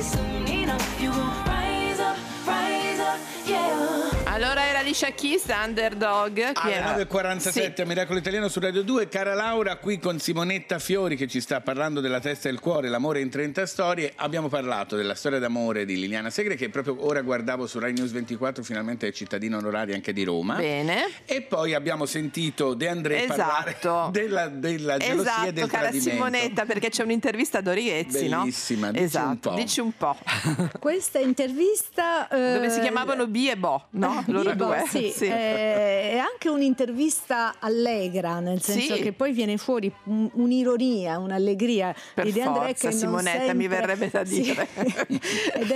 Alicia Keys, Underdog. Alle 9.47 a Miracolo Italiano su Radio 2. Cara Laura, qui con Simonetta Fiori che ci sta parlando della testa e il cuore, l'amore in 30 storie. Abbiamo parlato della storia d'amore di Liliana Segre, che proprio ora guardavo su Rai News 24, finalmente è cittadina onoraria anche di Roma. Bene. E poi abbiamo sentito De André parlare della gelosia e del cara tradimento. Simonetta, perché c'è un'intervista ad Orighezzi, bellissima, no? Esatto, dici un po'. Questa intervista dove si chiamavano Bi e Bo, no? Loro due. Sì. È anche un'intervista allegra, nel senso che poi viene fuori un'ironia, un'allegria per di De André che Simonetta, non sempre... mi verrebbe da dire. Ed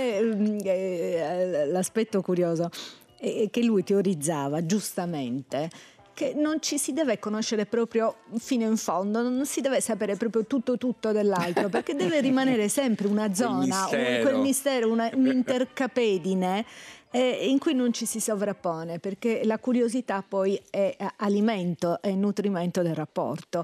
è l'aspetto curioso che lui teorizzava giustamente, che non ci si deve conoscere proprio fino in fondo, non si deve sapere proprio tutto dell'altro, perché deve rimanere sempre una zona, quel mistero, un'intercapedine in cui non ci si sovrappone, perché la curiosità poi è alimento, è nutrimento del rapporto.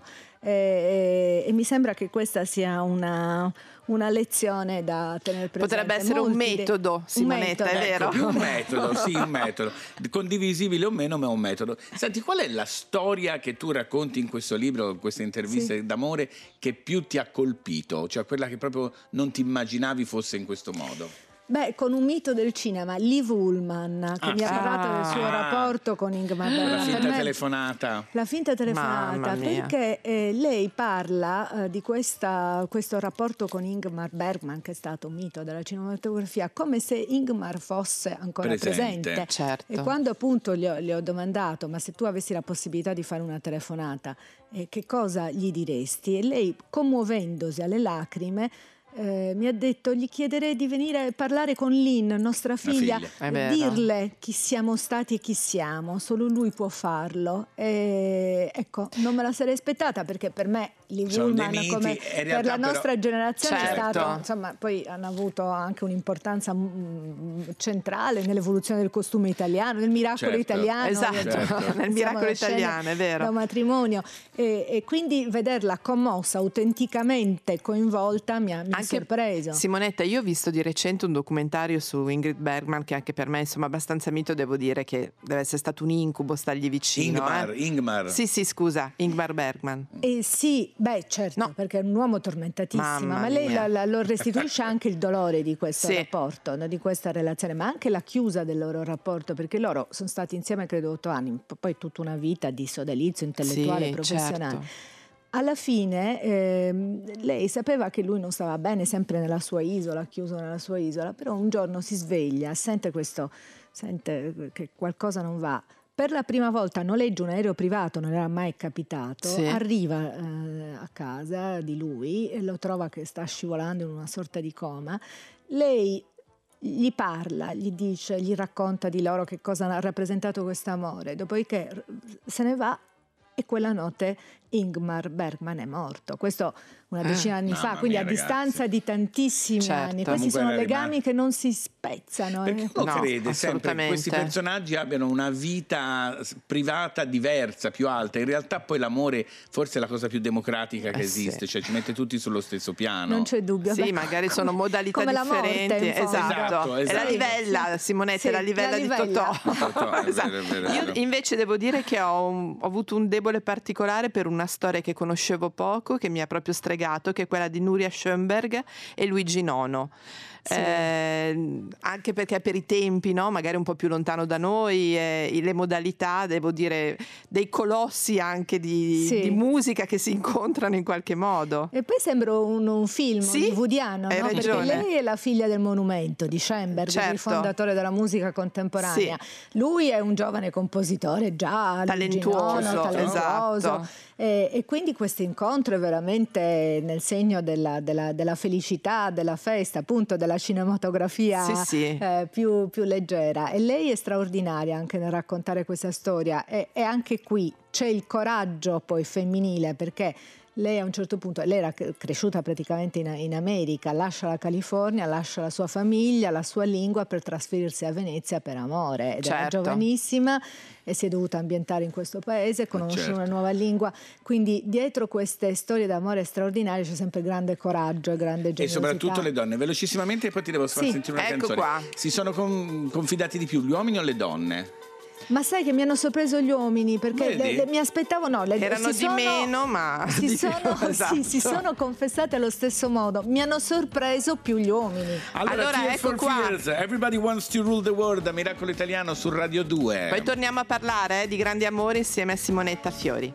E mi sembra che questa sia una lezione da tenere presente. Potrebbe essere un metodo, Simonetta, è vero? Un metodo, sì, un metodo. Condivisibile o meno, ma è un metodo. Senti, qual è la storia che tu racconti in questo libro, in queste interviste d'amore, che più ti ha colpito? Cioè quella che proprio non ti immaginavi fosse in questo modo? Beh, con un mito del cinema, Liv Ullmann, che mi ha parlato del suo rapporto con Ingmar Bergman. La finta telefonata. La finta telefonata, perché lei parla di questo rapporto con Ingmar Bergman, che è stato un mito della cinematografia, come se Ingmar fosse ancora presente. Certo. E quando appunto gli ho domandato, ma se tu avessi la possibilità di fare una telefonata, che cosa gli diresti? E lei, commuovendosi alle lacrime, mi ha detto: gli chiederei di venire a parlare con Lynn, nostra figlia, dirle chi siamo stati e chi siamo, solo lui può farlo. Ecco, non me la sarei aspettata, perché per me Liv Ullmann, come per la nostra generazione, è stato, insomma, poi hanno avuto anche un'importanza centrale nell'evoluzione del costume italiano, nel miracolo italiano. Esatto, nel miracolo italiano, è vero. Da matrimonio, e quindi vederla commossa, autenticamente coinvolta mi ha sorpreso. Simonetta, io ho visto di recente un documentario su Ingrid Bergman, che anche per me insomma abbastanza mito, devo dire che deve essere stato un incubo stargli vicino. Ingmar. Sì, scusa, Ingmar Bergman. Sì, beh, certo, perché è un uomo tormentatissimo, ma lei lo restituisce anche il dolore di questo rapporto, di questa relazione, ma anche la chiusa del loro rapporto, perché loro sono stati insieme credo 8 anni, poi tutta una vita di sodalizio intellettuale e professionale. Certo. Alla fine lei sapeva che lui non stava bene, sempre nella sua isola, chiuso nella sua isola, però un giorno si sveglia, sente che qualcosa non va. Per la prima volta noleggia un aereo privato, non era mai capitato, arriva a casa di lui e lo trova che sta scivolando in una sorta di coma. Lei gli parla, gli racconta di loro che cosa ha rappresentato questo amore, dopodiché se ne va. E quella notte Ingmar Bergman è morto. Questo una decina di anni fa, quindi a distanza di tantissimi anni. Questi sono legami che non si spezzano. Perché uno crede sempre che questi personaggi abbiano una vita privata diversa, più alta. In realtà poi l'amore forse è la cosa più democratica che esiste, cioè ci mette tutti sullo stesso piano. Non c'è dubbio. Sì, magari sono modalità differenti. Esatto. È la livella, Simonetta, è la livella di Totò. Io invece devo dire che ho avuto un debole particolare per una storia che conoscevo poco, che mi ha proprio stregato, che è quella di Nuria Schoenberg e Luigi Nono. Anche perché per i tempi, no? Magari un po' più lontano da noi, le modalità, devo dire, dei colossi anche di musica che si incontrano in qualche modo. E poi sembra un film hollywoodiano, no? Perché lei è la figlia del monumento di Schoenberg, il fondatore della musica contemporanea. Lui è un giovane compositore già talentuoso. Esatto. E quindi questo incontro è veramente nel segno della felicità, della festa, appunto della cinematografia più leggera. E lei è straordinaria anche nel raccontare questa storia, e anche qui c'è il coraggio poi femminile, perché lei a un certo punto, lei era cresciuta praticamente in America, lascia la California, lascia la sua famiglia, la sua lingua per trasferirsi a Venezia per amore, ed era giovanissima e si è dovuta ambientare in questo paese, conoscere una nuova lingua, quindi dietro queste storie d'amore straordinarie c'è sempre grande coraggio e grande generosità. E soprattutto le donne, velocissimamente, e poi ti devo far sentire una canzone. Qua. Si sono confidati di più gli uomini o le donne? Ma sai che mi hanno sorpreso gli uomini, perché mi aspettavo, erano di meno, ma si sono confessate allo stesso modo. Mi hanno sorpreso più gli uomini. Allora ecco qua. Everybody Wants to Rule the World, a Miracolo Italiano su Radio 2. Poi torniamo a parlare di grandi amori insieme a Simonetta Fiori.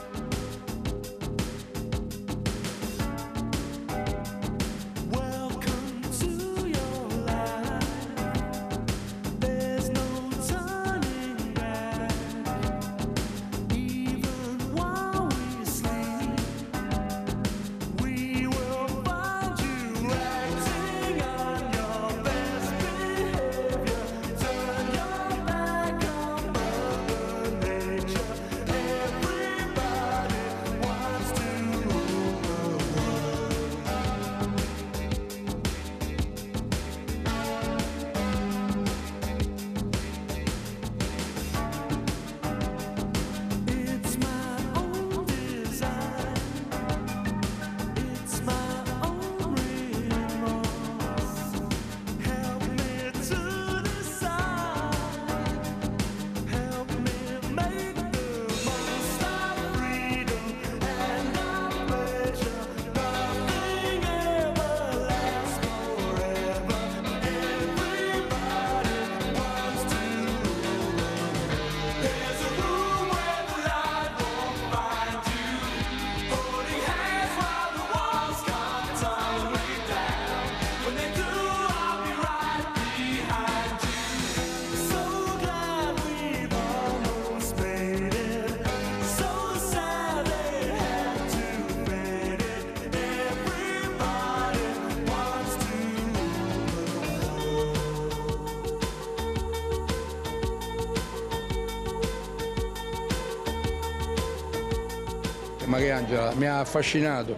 Mariangela mi ha affascinato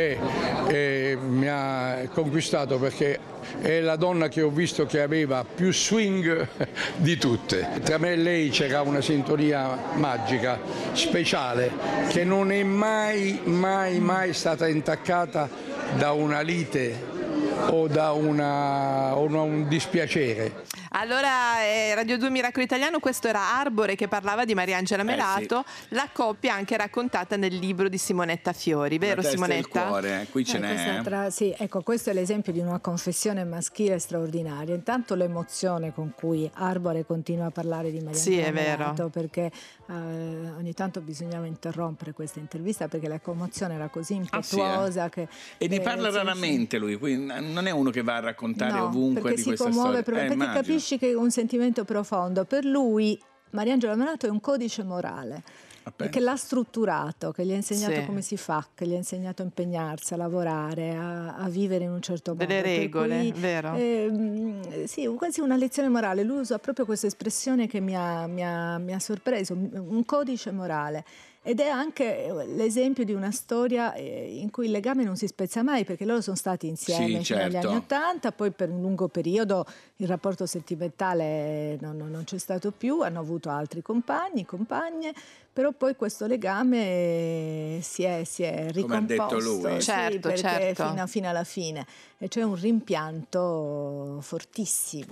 e mi ha conquistato, perché è la donna che ho visto che aveva più swing di tutte. Tra me e lei c'era una sintonia magica, speciale, che non è mai stata intaccata da una lite o da un dispiacere. Allora, Radio 2 Miracolo Italiano, questo era Arbore che parlava di Mariangela Melato, sì. La coppia anche raccontata nel libro di Simonetta Fiori, vero Simonetta? Il cuore, qui ce n'è. Sì, ecco, questo è l'esempio di una confessione maschile straordinaria. Intanto l'emozione con cui Arbore continua a parlare di Mariangela Melato, perché ogni tanto bisognava interrompere questa intervista perché la commozione era così impetuosa e ne parla raramente lui, quindi non è uno che va a raccontare ovunque di questa storia. Perché capisci che è un sentimento profondo. Per lui Mariangela Melato è un codice morale che l'ha strutturato, che gli ha insegnato come si fa, che gli ha insegnato a impegnarsi, a lavorare, a vivere in un certo modo. Delle regole, vero? Sì, quasi una lezione morale. Lui usa proprio questa espressione che mi ha sorpreso, un codice morale. Ed è anche l'esempio di una storia in cui il legame non si spezza mai, perché loro sono stati insieme fino agli anni '80, poi per un lungo periodo il rapporto sentimentale non c'è stato più, hanno avuto altri compagni, compagne, però poi questo legame si è ricomposto. Come ha detto lui. Certo. Fino alla fine. E c'è un rimpianto fortissimo.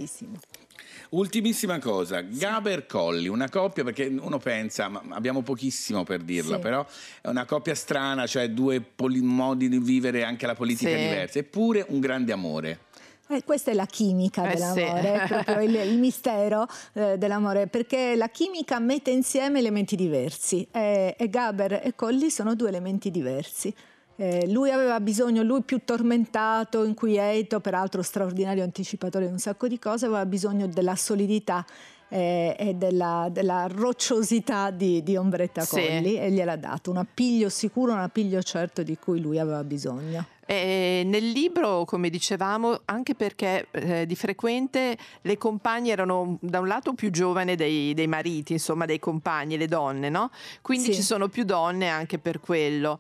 Ultimissima cosa, Gaber Colli, una coppia, perché uno pensa, ma abbiamo pochissimo per dirla, però è una coppia strana, cioè due modi di vivere anche la politica diversa, eppure un grande amore. Questa è la chimica dell'amore, è proprio il mistero dell'amore, perché la chimica mette insieme elementi diversi e Gaber e Colli sono due elementi diversi. Lui aveva bisogno, lui più tormentato, inquieto, peraltro straordinario anticipatore di un sacco di cose, aveva bisogno della solidità e della rocciosità di Ombretta Colli, e gliel'ha dato, un appiglio sicuro, un appiglio certo di cui lui aveva bisogno. Nel libro, come dicevamo, anche perché di frequente le compagne erano da un lato più giovani dei mariti, insomma dei compagni, le donne, no? Quindi ci sono più donne anche per quello.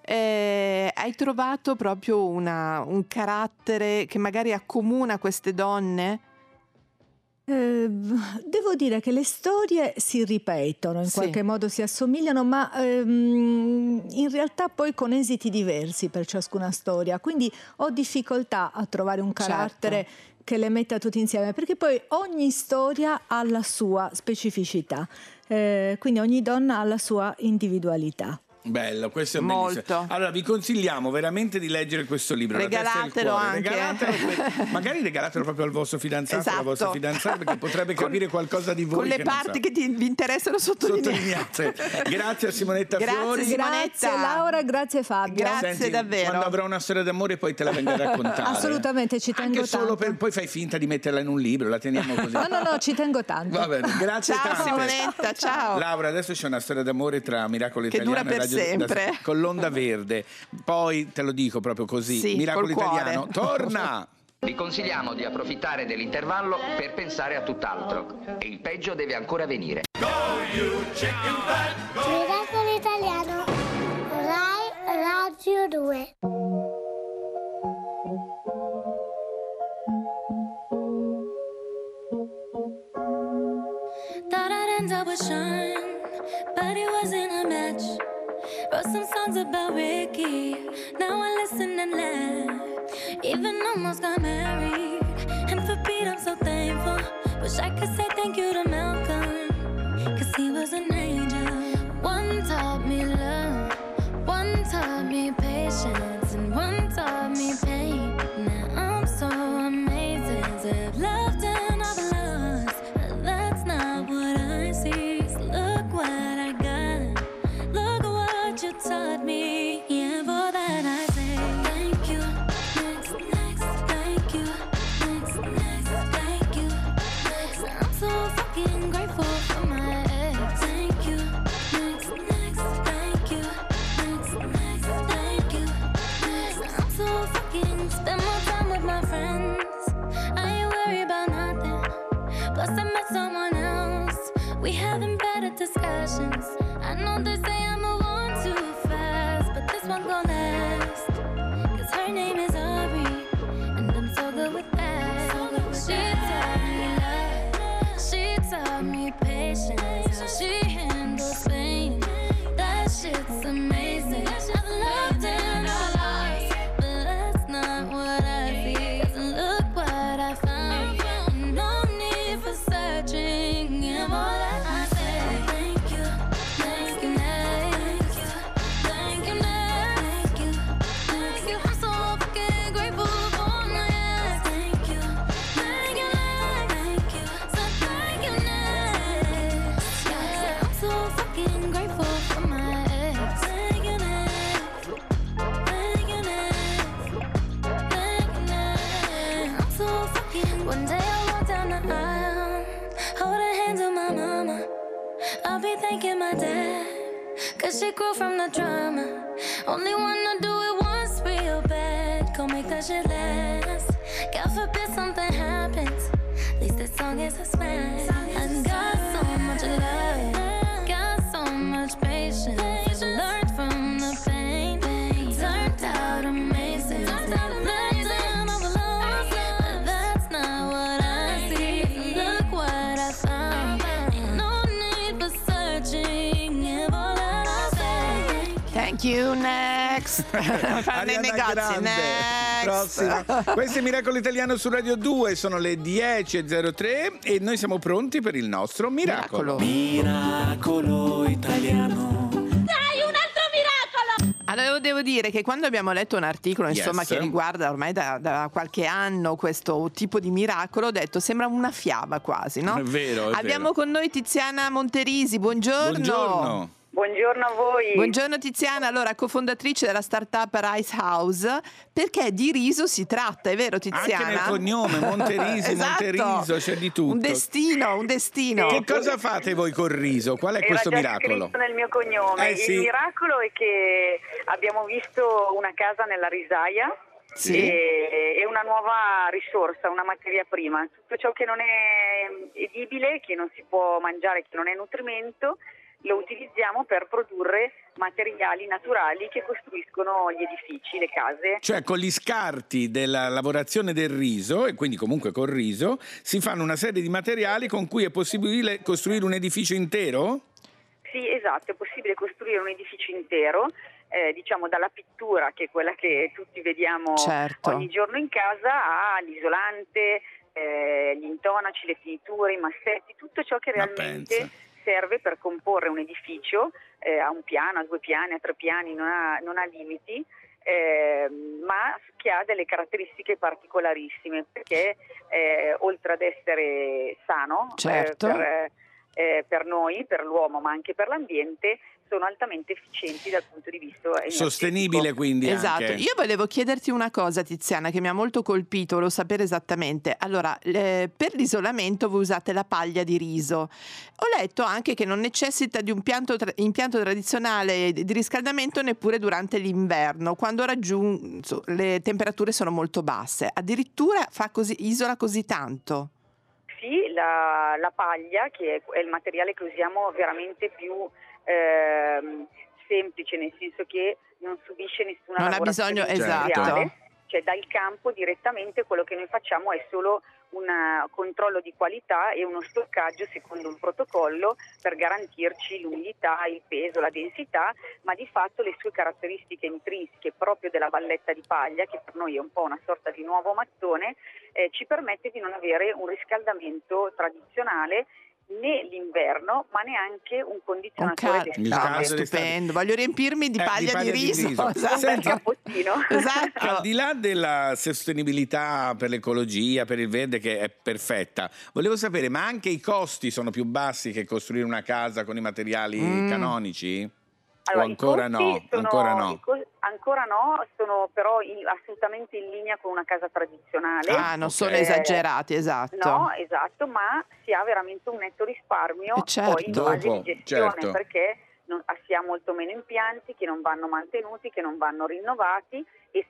Hai trovato proprio un carattere che magari accomuna queste donne? Devo dire che le storie si ripetono, in qualche modo si assomigliano, ma in realtà poi con esiti diversi per ciascuna storia, quindi ho difficoltà a trovare un carattere che le metta tutti insieme, perché poi ogni storia ha la sua specificità, quindi ogni donna ha la sua individualità. Bello, questo è bellissimo. Allora vi consigliamo veramente di leggere questo libro. Regalatelo anche. Magari regalatelo proprio al vostro fidanzato, alla vostra fidanzata, perché potrebbe capire qualcosa di voi. Con le parti che vi interessano sottolineate. Grazie a Simonetta Fiori. Grazie Laura, grazie Fabio. Grazie davvero. Quando avrò una storia d'amore poi te la vengo a raccontare. Assolutamente, ci tengo anche tanto. Solo poi fai finta di metterla in un libro, la teniamo così. No, ci tengo tanto. Va bene, grazie ciao, tante. Simonetta, ciao. Laura, adesso c'è una storia d'amore tra Miracolo Italiano che dura per sempre. Con l'Onda Verde. Poi te lo dico proprio così, Miracolo Italiano torna. Vi consigliamo di approfittare dell'intervallo per pensare a tutt'altro. E il peggio deve ancora venire. Miracolo Italiano, Rai Radio 2. Thought I'd end up with Sean, but it wasn't a match. Wrote some songs about Ricky, now I listen and laugh. Even almost got married, and for Pete I'm so thankful. Wish I could say thank you to Malcolm, cause he was an angel. One taught me love, one taught me patience, and one taught me pain. Now I'm so amazing to have loved and I've lost, but that's not what I see. So look what I got, look what you taught me. Yeah, for that I say thank you. Next, thank you. Next, thank you. Next, I'm so fucking grateful for my ex. Thank you. Next, thank you. Next, thank you. Next, I'm so fucking spend more time with my friends. I ain't worried about nothing. Plus I met someone else. We having better discussions. I know they say I move on too fast, but this one gon' last. Cause her name is Aubrey, and I'm so good with that. She taught me love, she taught me patience, how she handles pain. That shit's amazing. I've loved and I've lost, but that's not what I see. Cause look what I found, no need for searching. Yeah, more than I say thank you. Thank you, next. Thank you, next. Thank you, thank you. I'm so fucking grateful for my ex. Thank you, thank you, next. Thank you, so thank you, next. Yeah, I'm so fucking grateful for my ex. Thank you, next. Thank you, next. Thank you, next. I'm so fucking. One day I walk down the aisle, holding hands with my mama. I'll be thanking my dad, cause she grew from the drama. Only wanna do it once real bad, go make that shit last. God forbid something happens, at least this song is a smash. I got so much love, got so much patience. I learned from the pain, turned out amazing. Letting all alone, but that's not what I see. Look what I found, ain't no need for searching. Yeah, all that I say. Thank you, next. Nei negozi, next. Prossima. Questo è Miracolo Italiano su Radio 2, sono le 10.03 e noi siamo pronti per il nostro miracolo. Miracolo Italiano. Dai, un altro miracolo! Allora devo dire che quando abbiamo letto un articolo insomma che riguarda ormai da qualche anno questo tipo di miracolo, ho detto sembra una fiaba quasi, no? È vero, Abbiamo con noi Tiziana Monterisi, buongiorno. Buongiorno. Buongiorno a voi. Buongiorno Tiziana, allora cofondatrice della startup Rice House, perché di riso si tratta, è vero Tiziana? Anche nel cognome, Monterisi, Esatto. Monteriso, c'è di tutto. Un destino. Che cosa fate voi col riso? Qual è questo miracolo? Scritto nel mio cognome. Sì. Il miracolo è che abbiamo visto una casa nella risaia. Sì. E una nuova risorsa, una materia prima. Tutto ciò che non è edibile, che non si può mangiare, che non è nutrimento, lo utilizziamo per produrre materiali naturali che costruiscono gli edifici, le case. Cioè con gli scarti della lavorazione del riso, e quindi comunque col riso, si fanno una serie di materiali con cui è possibile costruire un edificio intero? Sì, esatto, è possibile costruire un edificio intero, diciamo dalla pittura, che è quella che tutti vediamo ogni giorno in casa, all'isolante, gli intonaci, le finiture, i massetti, tutto ciò che realmente serve per comporre un edificio a un piano, a 2 piani, a 3 piani, non ha limiti, ma che ha delle caratteristiche particolarissime, perché oltre ad essere sano per noi, per l'uomo, ma anche per l'ambiente, sono altamente efficienti dal punto di vista energetico. Sostenibile, quindi. Esatto. Anche. Io volevo chiederti una cosa, Tiziana, che mi ha molto colpito, volevo sapere esattamente. Allora, per l'isolamento voi usate la paglia di riso. Ho letto anche che non necessita di un impianto tradizionale di riscaldamento neppure durante l'inverno, quando le temperature sono molto basse. Addirittura isola così tanto. Sì, la paglia, che è il materiale che usiamo veramente più semplice, nel senso che non subisce nessuna lavorazione industriale, cioè dal campo direttamente quello che noi facciamo è solo un controllo di qualità e uno stoccaggio secondo un protocollo per garantirci l'umidità, il peso, la densità, ma di fatto le sue caratteristiche intrinseche proprio della valletta di paglia, che per noi è un po' una sorta di nuovo mattone, ci permette di non avere un riscaldamento tradizionale né l'inverno, ma neanche un condizionatore d'estate. Stupendo, voglio riempirmi di paglia di riso. Senti, esatto. Al di là della sostenibilità per l'ecologia, per il verde, che è perfetta, volevo sapere, ma anche i costi sono più bassi che costruire una casa con i materiali canonici? Allora, o ancora no? Ancora no, sono però assolutamente in linea con una casa tradizionale. Non sono esagerati, esatto. No, esatto, ma si ha veramente un netto risparmio poi in fase di gestione, perché si ha molto meno impianti che non vanno mantenuti, che non vanno rinnovati, e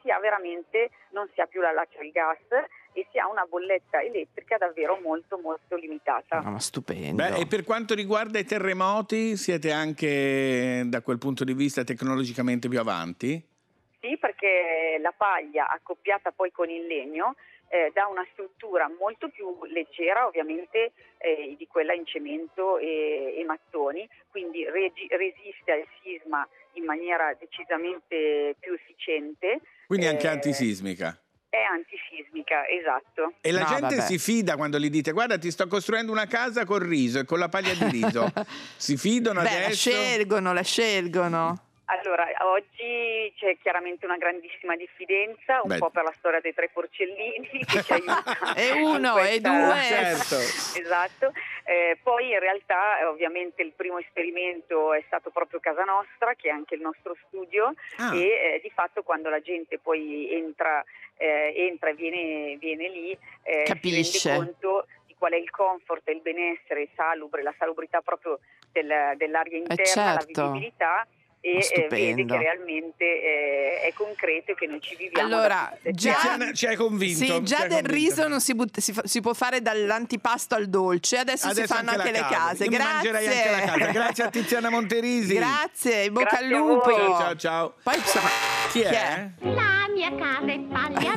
non si ha più l'allaccio al gas, e si ha una bolletta elettrica davvero molto molto limitata. Ma stupendo. E per quanto riguarda i terremoti, siete anche da quel punto di vista tecnologicamente più avanti? Sì, perché la paglia accoppiata poi con il legno dà una struttura molto più leggera ovviamente di quella in cemento e mattoni, quindi resiste al sisma in maniera decisamente più efficiente. Quindi anche antisismica. È antisismica, esatto. E la gente si fida quando gli dite: guarda, ti sto costruendo una casa col riso e con la paglia di riso. Si fidano adesso? La scelgono. Allora, oggi c'è chiaramente una grandissima diffidenza, un po' per la storia dei 3 porcellini che ci aiuta. E 1, e 2. Certo. Esatto. Poi in realtà ovviamente il primo esperimento è stato proprio casa nostra, che è anche il nostro studio, e di fatto quando la gente poi entra e viene lì, capisce, si rende conto di qual è il comfort e il benessere salubre, la salubrità proprio dell'aria interna, la vivibilità. E vede che realmente è concreto e che noi ci viviamo. Allora, ci hai convinto. Sì, già del riso non si può fare dall'antipasto al dolce, adesso si fanno anche le case. Io mangerei anche la casa. Grazie a Tiziana Monterisi. Grazie, in bocca al lupo. Ciao. Poi chi è? La mia casa è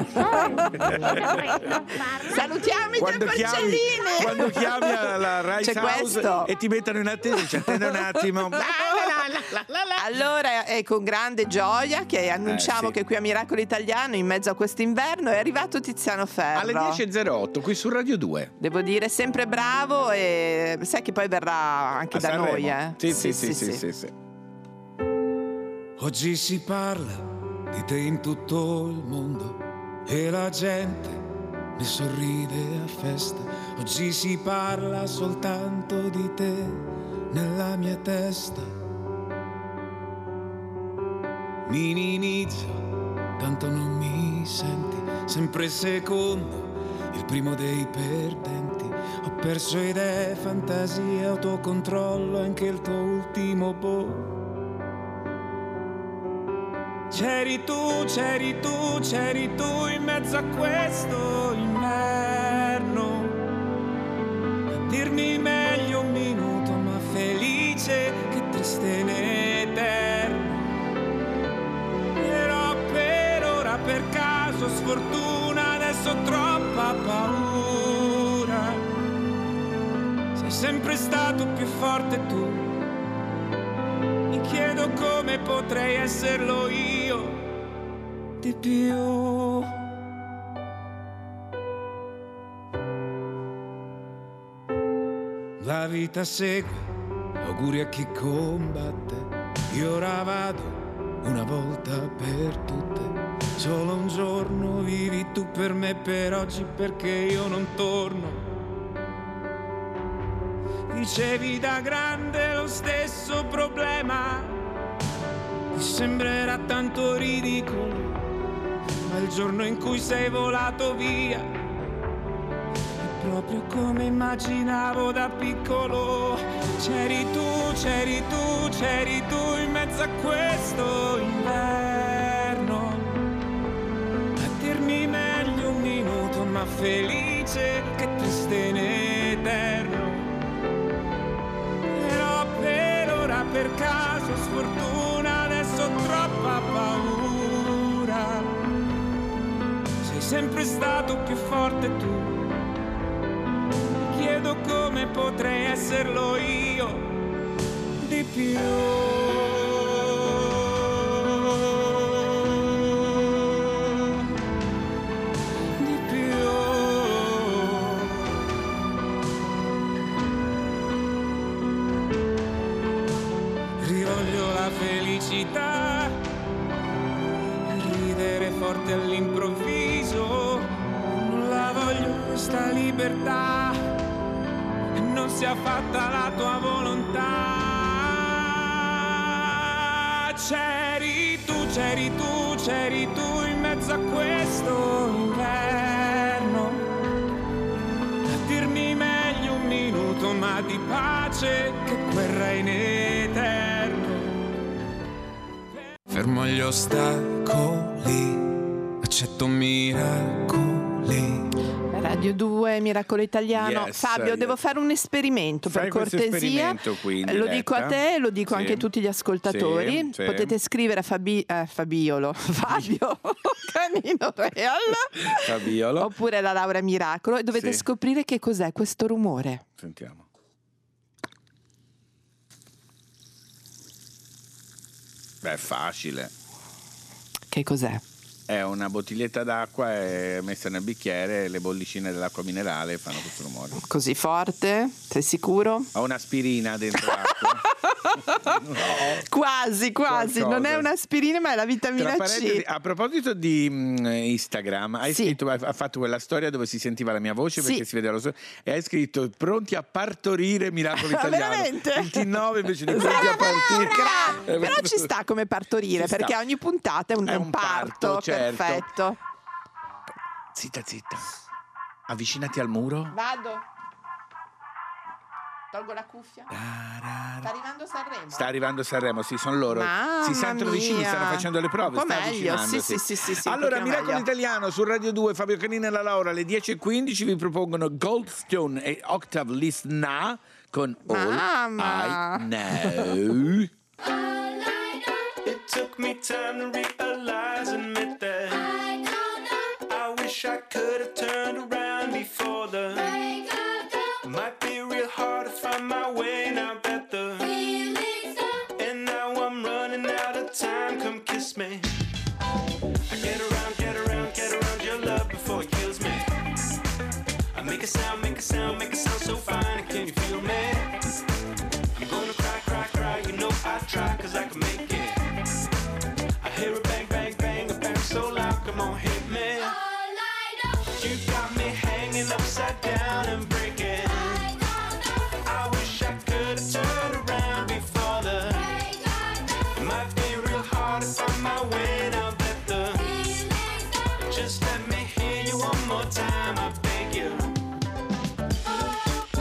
Pagliazzone. Salutiamo i 3 porcellini. Quando chiami alla Rice House e ti mettono in attesa, ci attende un attimo. Allora è con grande gioia che annunciamo che qui a Miracolo Italiano, in mezzo a quest'inverno, è arrivato Tiziano Ferro alle 10.08 qui su Radio 2. Devo dire, sempre bravo, e sai che poi verrà anche da noi. Sì. Oggi si parla di te in tutto il mondo e la gente mi sorride a festa. Oggi si parla soltanto di te nella mia testa. Minimizzo, tanto non mi senti, sempre secondo, il primo dei perdenti. Ho perso idee, fantasie, autocontrollo, anche il tuo ultimo C'eri tu in mezzo a questo inverno, a dirmi meglio un minuto, ma felice che ti per caso, sfortuna, adesso ho troppa paura. Sei sempre stato più forte tu. Mi chiedo come potrei esserlo io di più. La vita segue, auguri a chi combatte. Io ora vado una volta per tutte. Solo un giorno vivi tu per me, per oggi, perché io non torno. Dicevi da grande lo stesso problema, ti sembrerà tanto ridicolo, ma il giorno in cui sei volato via proprio come immaginavo da piccolo. C'eri tu, c'eri tu, c'eri tu in mezzo a questo inverno, a dirmi meglio un minuto, ma felice che triste in eterno. Però per ora, per caso, sfortuna, adesso ho troppa paura. Sei sempre stato più forte tu. Chiedo come potrei esserlo io di più. Di più. Rivoglio la felicità, ridere forte all'improvviso. Non la voglio questa libertà, non sia fatta la tua volontà. C'eri tu, c'eri tu, c'eri tu in mezzo a questo inverno, a dirmi meglio un minuto, ma di pace che guerra in eterno. Fermo gli ostacoli, accetto miracoli. Radio 2, Miracolo Italiano. Yes, Fabio, devo fare un esperimento, per cortesia. Lo dico a te e lo dico anche a tutti gli ascoltatori. Sì. Potete scrivere a Fabio Canino Real Fabiolo. oppure la Laura Miracolo e dovete scoprire che cos'è questo rumore. Sentiamo. Beh, è facile. Che cos'è? È una bottiglietta d'acqua messa nel bicchiere e le bollicine dell'acqua minerale fanno questo rumore. Così forte? Sei sicuro? Ho un'aspirina dentro l'acqua. No. Quasi. Qualcosa. Non è un'aspirina, ma è la vitamina C. A proposito di Instagram, hai fatto quella storia dove si sentiva la mia voce perché si vedeva lo so, e hai scritto pronti a partorire Miracolo Italiano. Veramente? 29 invece di pronti a partire. Però ci sta come partorire, perché ogni puntata è un parto. Certo. Perfetto. Zitta. Avvicinati al muro. Vado. Tolgo la cuffia. Sta arrivando Sanremo. Sta arrivando Sanremo, sì, sono loro. Mamma si sentono vicini, stanno facendo le prove. Un po' sta meglio, avvicinandosi. sì. Allora, Miracolo Italiano su Radio 2, Fabio Canini e la Laura, alle 10:15 vi propongono Goldstone e Octave Listna con All I Know. It took me time to realize and admit that I wish I could have turned around before the might be real hard to find my way now that the and now I'm running out of time. Come kiss me. I get around your love before it kills me. I make a sound so fine. Can you feel me? I'm gonna cry. You know I try 'cause I can make it. I hear a bang, a bang so loud. Come on, hit me. You got me hanging upside down and breaking. I wish I could have turned around before the it might be real hard to find my way now that the just let me hear you one more time, I beg you.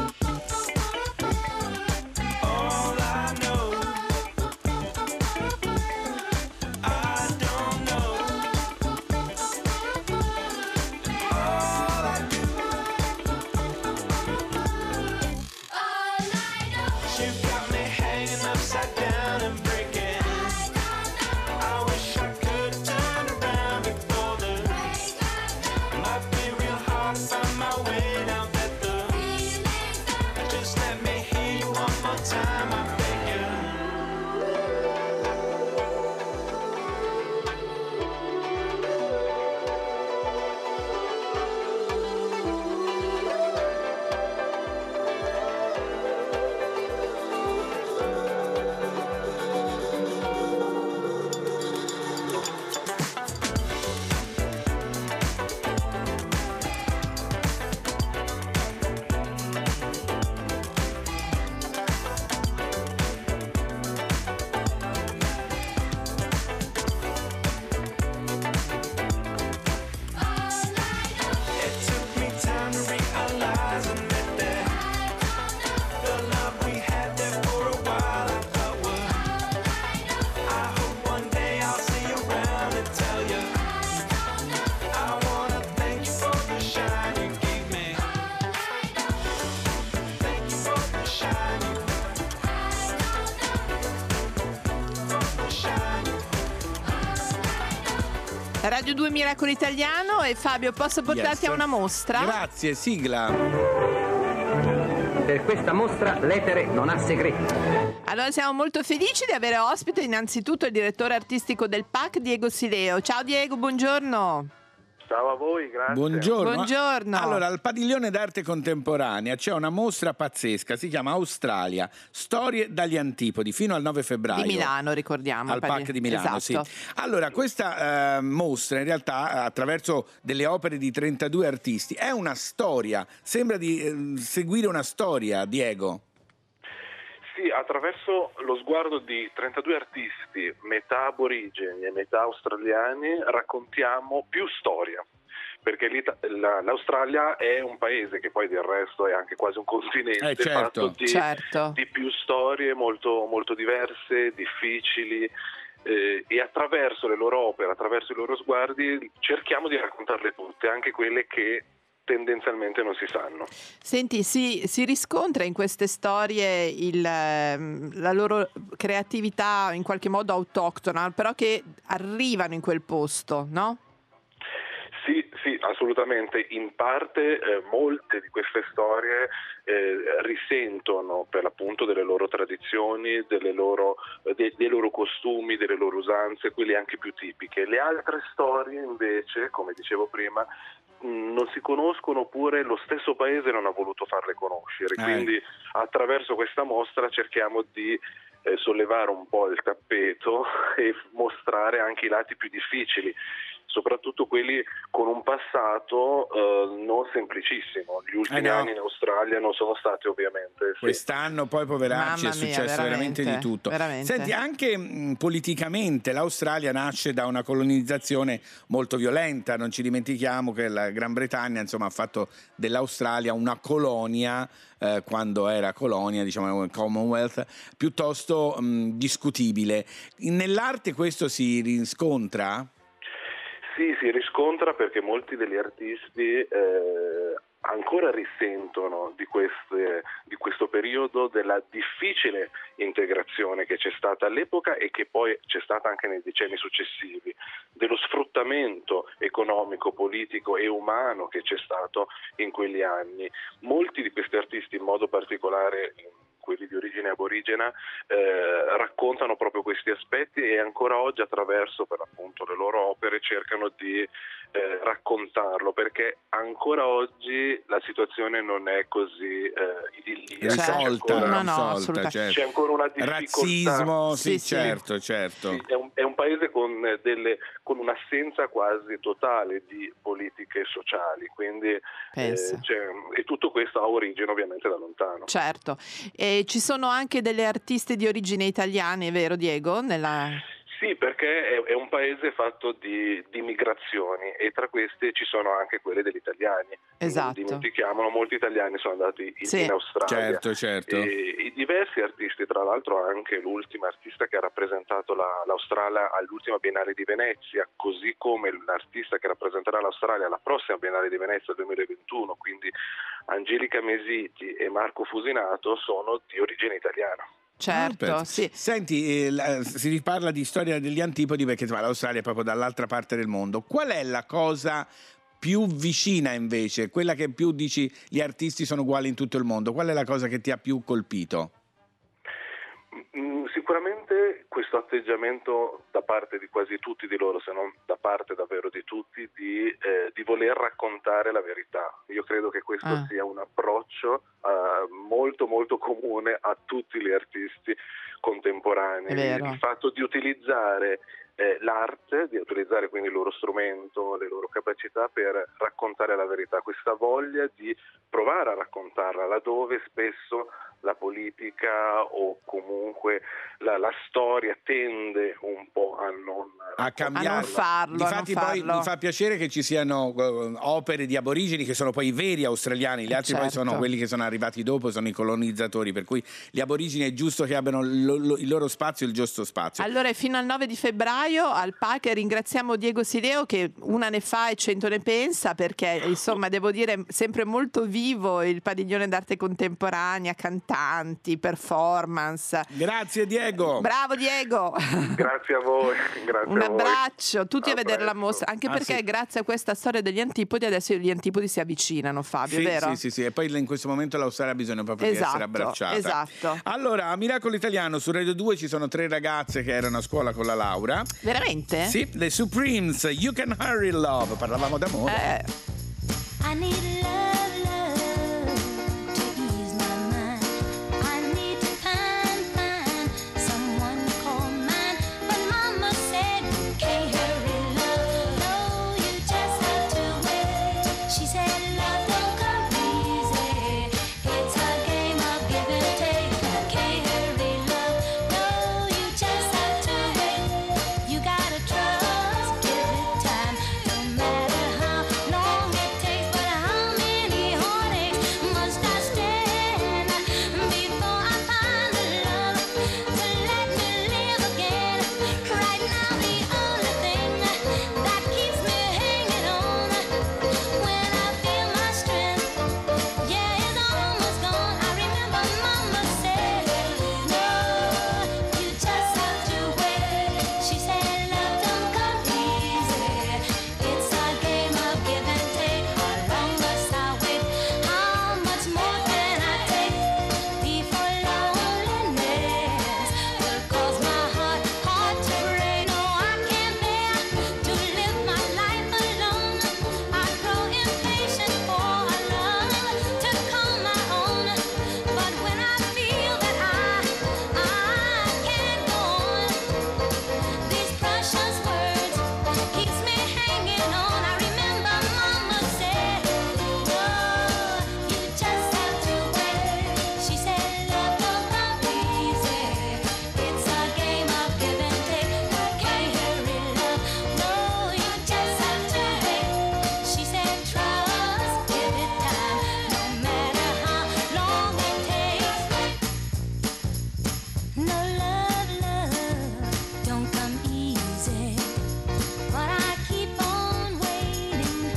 Radio 2 Miracolo Italiano. E Fabio, posso portarti a una mostra? Grazie, sigla. Per questa mostra l'etere non ha segreti. Allora siamo molto felici di avere ospite innanzitutto il direttore artistico del PAC, Diego Sileo. Ciao Diego, buongiorno. Ciao a voi, grazie. Buongiorno. Allora, al Padiglione d'Arte Contemporanea c'è una mostra pazzesca, si chiama Australia, storie dagli antipodi, fino al 9 febbraio. Di Milano, ricordiamo. Al PAC di Milano, esatto. Sì. Allora, questa mostra in realtà, attraverso delle opere di 32 artisti, è una storia, sembra di seguire una storia, Diego. Sì, attraverso lo sguardo di 32 artisti, metà aborigeni e metà australiani, raccontiamo più storia. Perché l'Australia è un paese che poi del resto è anche quasi un continente, fatto di più storie molto, molto diverse, difficili, e attraverso le loro opere, attraverso i loro sguardi, cerchiamo di raccontarle tutte, anche quelle che tendenzialmente non si sanno. Senti, si riscontra in queste storie la loro creatività in qualche modo autoctona, però che arrivano in quel posto, no? Sì, assolutamente. In parte molte di queste storie risentono per l'appunto delle loro tradizioni, dei loro costumi, delle loro usanze, quelle anche più tipiche. Le altre storie invece, come dicevo prima, non si conoscono, oppure lo stesso paese non ha voluto farle conoscere. Quindi attraverso questa mostra cerchiamo di sollevare un po' il tappeto e mostrare anche i lati più difficili, soprattutto quelli con un passato non semplicissimo. Gli ultimi anni in Australia non sono stati ovviamente. Quest'anno poi, poveracci, è successo veramente di tutto. Senti, anche politicamente l'Australia nasce da una colonizzazione molto violenta, non ci dimentichiamo che la Gran Bretagna ha fatto dell'Australia una colonia, quando era colonia, diciamo Commonwealth, piuttosto discutibile. Nell'arte questo si riscontra? Sì, si riscontra, perché molti degli artisti ancora risentono di questo periodo, della difficile integrazione che c'è stata all'epoca e che poi c'è stata anche nei decenni successivi, dello sfruttamento economico, politico e umano che c'è stato in quegli anni. Molti di questi artisti, in modo particolare quelli di origine aborigena, raccontano proprio questi aspetti, e ancora oggi attraverso per l'appunto le loro opere cercano di raccontarlo, perché ancora oggi la situazione non è così risolta, c'è ancora una difficoltà. Razzismo, certo. Sì, è un paese con un'assenza quasi totale di politiche sociali, quindi e tutto questo ha origine ovviamente da lontano. Certo. E ci sono anche delle artiste di origine italiane, vero Diego? Sì, perché è un paese fatto di migrazioni, e tra queste ci sono anche quelle degli italiani. Esatto. Non dimentichiamolo, molti italiani sono andati in Australia. Certo. E i diversi artisti, tra l'altro anche l'ultima artista che ha rappresentato l'Australia all'ultima Biennale di Venezia, così come l'artista che rappresenterà l'Australia alla prossima Biennale di Venezia 2021, quindi Angelica Mesiti e Marco Fusinato, sono di origine italiana. Certo, sì. Senti, si riparla di storia degli antipodi perché l'Australia è proprio dall'altra parte del mondo. Qual è la cosa più vicina invece, quella che più dici gli artisti sono uguali in tutto il mondo? Qual è la cosa che ti ha più colpito? Sicuramente questo atteggiamento da parte di quasi tutti di loro, se non da parte davvero di tutti, di voler raccontare la verità. Io credo che questo sia un approccio molto molto comune a tutti gli artisti contemporanei. Il fatto di utilizzare l'arte, di utilizzare quindi il loro strumento, le loro capacità per raccontare la verità, questa voglia di provare a raccontarla laddove spesso la politica o comunque la storia tende un po' a cambiare, a non farlo. Difatti poi mi fa piacere che ci siano opere di aborigeni che sono poi i veri australiani, gli altri poi sono quelli che sono arrivati dopo, sono i colonizzatori, per cui gli aborigeni è giusto che abbiano il loro spazio, il giusto spazio. Allora fino al 9 di febbraio al PAC ringraziamo Diego Sileo, che una ne fa e 100 ne pensa, perché insomma devo dire sempre molto vivo il Padiglione d'Arte Contemporanea, cantante, canti, performance. Grazie Diego. Bravo Diego. Grazie a voi. Grazie Un a voi. abbraccio, tutti a vedere la mostra, anche perché grazie a questa storia degli antipodi adesso gli antipodi si avvicinano, Fabio, sì, vero? Sì, e poi in questo momento l'Australia ha bisogno proprio di essere abbracciata. Esatto. Allora, a Miracolo Italiano su Radio 2 ci sono 3 ragazze che erano a scuola con la laurea. Veramente? Sì, le Supremes, You Can Hurry Love, parlavamo d'amore. I need love to ease my mind. I need to find someone to call mine. But Mama said you can't hurry love. No, you just have to wait. She said love don't come easy. It's a game of give and take. You can't hurry love. No, you just have to wait. You gotta trust, give it time. No matter how long it takes, but how many heartaches must I stand before I find the love to let me live again? Right now the only thing that keeps me hanging on when I feel my strength, yeah, it's almost gone. I remember Mama said, no, you just have to wait. She said love don't come easy. It's a game of give and take. How long must I wait? How much more can I take before loneliness will cause my heart to break? No, I can't bear to live my life alone. I grow impatient for a love to call my own. But when I feel that I can't go on, these precious words keeps me hanging on. I remember Mama said, no, you just have to wait. She said love don't come easy. It's a game of give and take. You can't hurry love. No, you just have to wait. She said trust, give it time. No matter how long it takes. No love don't come easy. But I keep on waiting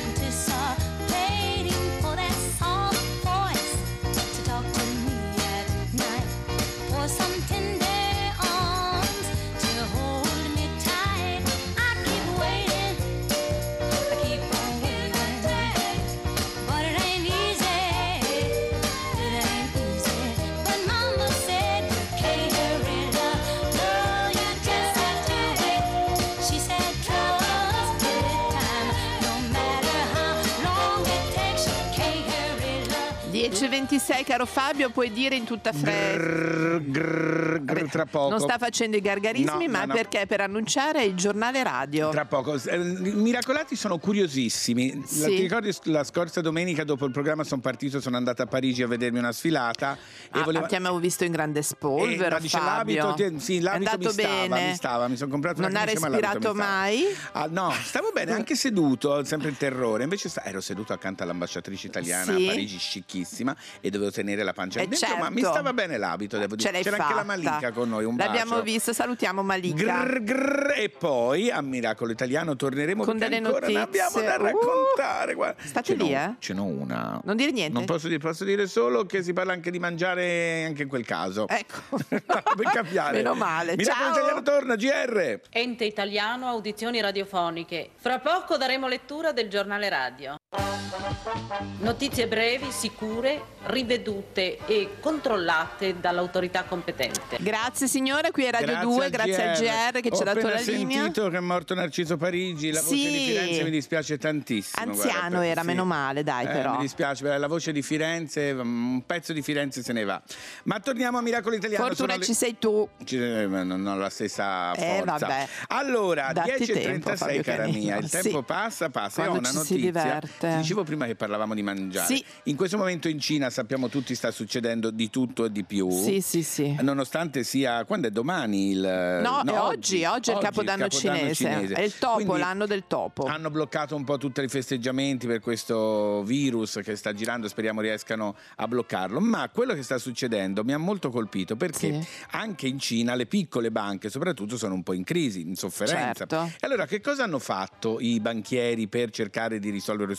anticipating for that soft voice to talk to me at night, for some tender arms to hold me tight. I keep waiting, I keep on waiting, but it ain't easy, it ain't easy. But Mama said you can't hurry love, no, you just have to wait. She said trust, give it time, no matter how long it takes. You can't hurry love. 10:26, caro Fabio, puoi dire in tutta fretta. Tra poco. Non sta facendo i gargarismi, No, ma no. perché per annunciare il giornale radio. Tra poco. I Miracolati sono curiosissimi. Sì. Ti ricordi la scorsa domenica dopo il programma Sono partito, sono andata a Parigi a vedermi una sfilata e volevo... Ti avevo visto in grande spolvero, no, dice, Fabio. l'abito È andato bene. mi sono comprato Non una ha camicia, ma l'abito respirato mi stava. mai? Ah, no, stavo bene, anche seduto, sempre il terrore. Invece ero seduto accanto all'ambasciatrice italiana Sì. a Parigi, scicchissima, e dovevo tenere la pancia dentro, certo. ma mi stava bene l'abito, devo dire. Ce l'hai C'era fatta. anche la Malika con noi, un bacio. L'abbiamo visto, salutiamo Malika. E poi a Miracolo Italiano torneremo Con perché delle ancora ne notizie. abbiamo da raccontare. Guarda. State lì, Ce n'ho una. Non dire niente. Non posso dire solo che si parla anche di mangiare anche in quel caso. Ecco. Per cambiare. Meno male. Miracolo Ciao. Italiano torna, GR. Ente Italiano Audizioni Radiofoniche. Fra poco daremo lettura del giornale radio. Notizie brevi, sicure, rivedute e controllate dall'autorità competente. Grazie signore, qui è Radio 2, grazie al GR che ci ha dato la linea. Ho sentito che è morto Narciso Parigi, la voce di Firenze mi dispiace tantissimo. Anziano guarda, era, sì. meno male, dai però. Mi dispiace, perché la voce di Firenze, un pezzo di Firenze se ne va. Ma torniamo a Miracolo Italiano. Fortuna ci sei tu. Non ho la stessa forza. Vabbè. Allora, Datti 10:36 tempo, cara Fabio mia, il Canino. tempo Sì. passa e ho Quando una ci si notizia. diverte. Ti dicevo prima che parlavamo di mangiare. Sì. In questo momento in Cina, sappiamo tutti, sta succedendo di tutto e di più. Sì. Nonostante sia, quando è domani il... No, è oggi è il Capodanno cinese. È il topo, Quindi l'anno del topo. hanno bloccato un po' tutti i festeggiamenti per questo virus che sta girando, speriamo riescano a bloccarlo. Ma quello che sta succedendo mi ha molto colpito perché anche in Cina le piccole banche soprattutto sono un po' in crisi, in sofferenza. Certo. E allora che cosa hanno fatto i banchieri per cercare di risolvere questo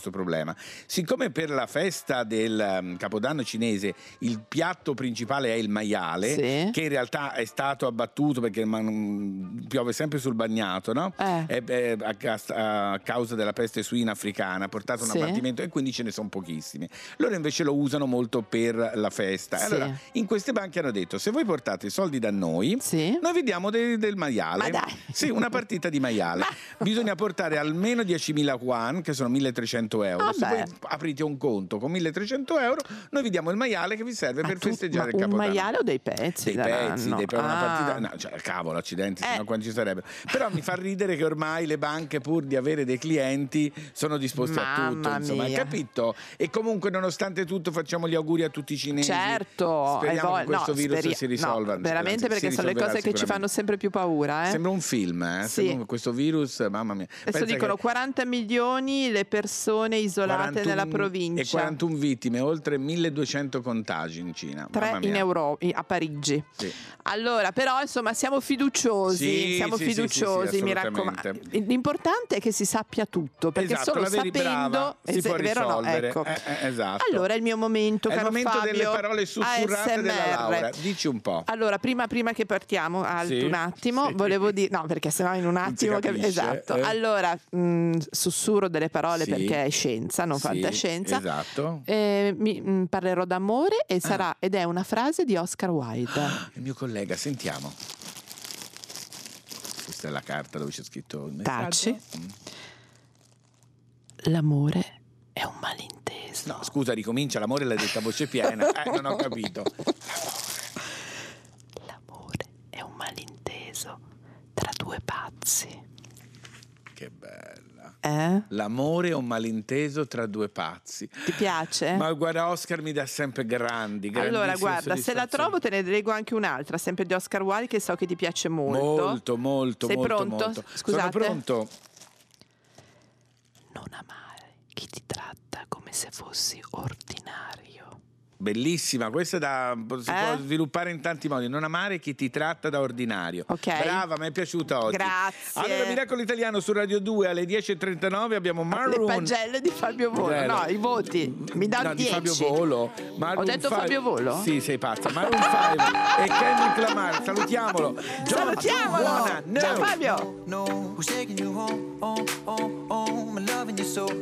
questo problema. Siccome per la festa del Capodanno cinese il piatto principale è il maiale, che in realtà è stato abbattuto perché piove sempre sul bagnato, no? A causa della peste suina africana, ha portato un abbattimento e quindi ce ne sono pochissimi. Loro invece lo usano molto per la festa. Allora, in queste banche hanno detto: se voi portate i soldi da noi, noi vi diamo del maiale. Ma dai. Sì, una partita di maiale. Bisogna portare almeno 10.000 yuan, che sono 1.300 euro. Se voi aprite un conto con 1.300 euro, noi vi diamo il maiale che vi serve per festeggiare il Capodanno. Un maiale o dei pezzi? Dei pezzi, una partita. No, cioè, cavolo, accidenti, sennò quanti ci sarebbe. Però mi fa ridere che ormai le banche, pur di avere dei clienti, sono disposte a tutto. Insomma, hai capito? E comunque, nonostante tutto, facciamo gli auguri a tutti i cinesi. Certo, speriamo che questo virus si risolva. No, veramente, perché sono le cose che ci fanno sempre più paura. Sembra un film, Sembra questo virus, mamma mia. Adesso dicono 40 milioni le persone isolate nella provincia. E 41 vittime, oltre 1.200 contagi in Cina. 3 in Europa, a Parigi. Sì. Allora, però, insomma, siamo fiduciosi, sì, mi raccomando. L'importante è che si sappia tutto, perché solo sapendo si può risolvere. Ecco. Esatto. Allora è il mio momento, è caro il momento Fabio, delle parole sussurrate della Laura. Dici un po'. Allora, prima che partiamo, un attimo, volevo dire, no, perché sennò in un attimo esatto. Allora, sussurro delle parole perché è scienza, non fantascienza. Esatto. Parlerò d'amore e sarà ed è una frase di Oscar Wilde. Il mio collega, sentiamo. Questa è la carta dove c'è scritto il messaggio. Taci. L'amore è un malinteso. No, scusa, ricomincia. L'amore l'hai detta a voce piena. Non ho capito. L'amore è un malinteso tra due pazzi. Che bella. L'amore è un malinteso tra due pazzi. Ti piace? Ma guarda, Oscar mi dà sempre grandi. Allora, guarda, se la trovo te ne leggo anche un'altra, sempre di Oscar Wilde, che so che ti piace molto. Molto. Sei molto, pronto? Molto. Scusate. Sono pronto. Non amare chi ti tratta come se fossi ordinario. Bellissima, questa si può sviluppare in tanti modi. Non amare chi ti tratta da ordinario. Brava, mi è piaciuta oggi. Grazie. Allora, Miracolo Italiano su Radio 2 alle 10.39 abbiamo Maroon. Le pagelle di Fabio Volo. No, i voti. Mi dà 10. Di Fabio Volo. Ho detto Fabio Volo? Sì, sei pazza. Maroon 5 e Kendrick Lamar. Salutiamolo. Salutiamolo. Ciao Fabio. No, who's taking you home, I'm loving you so.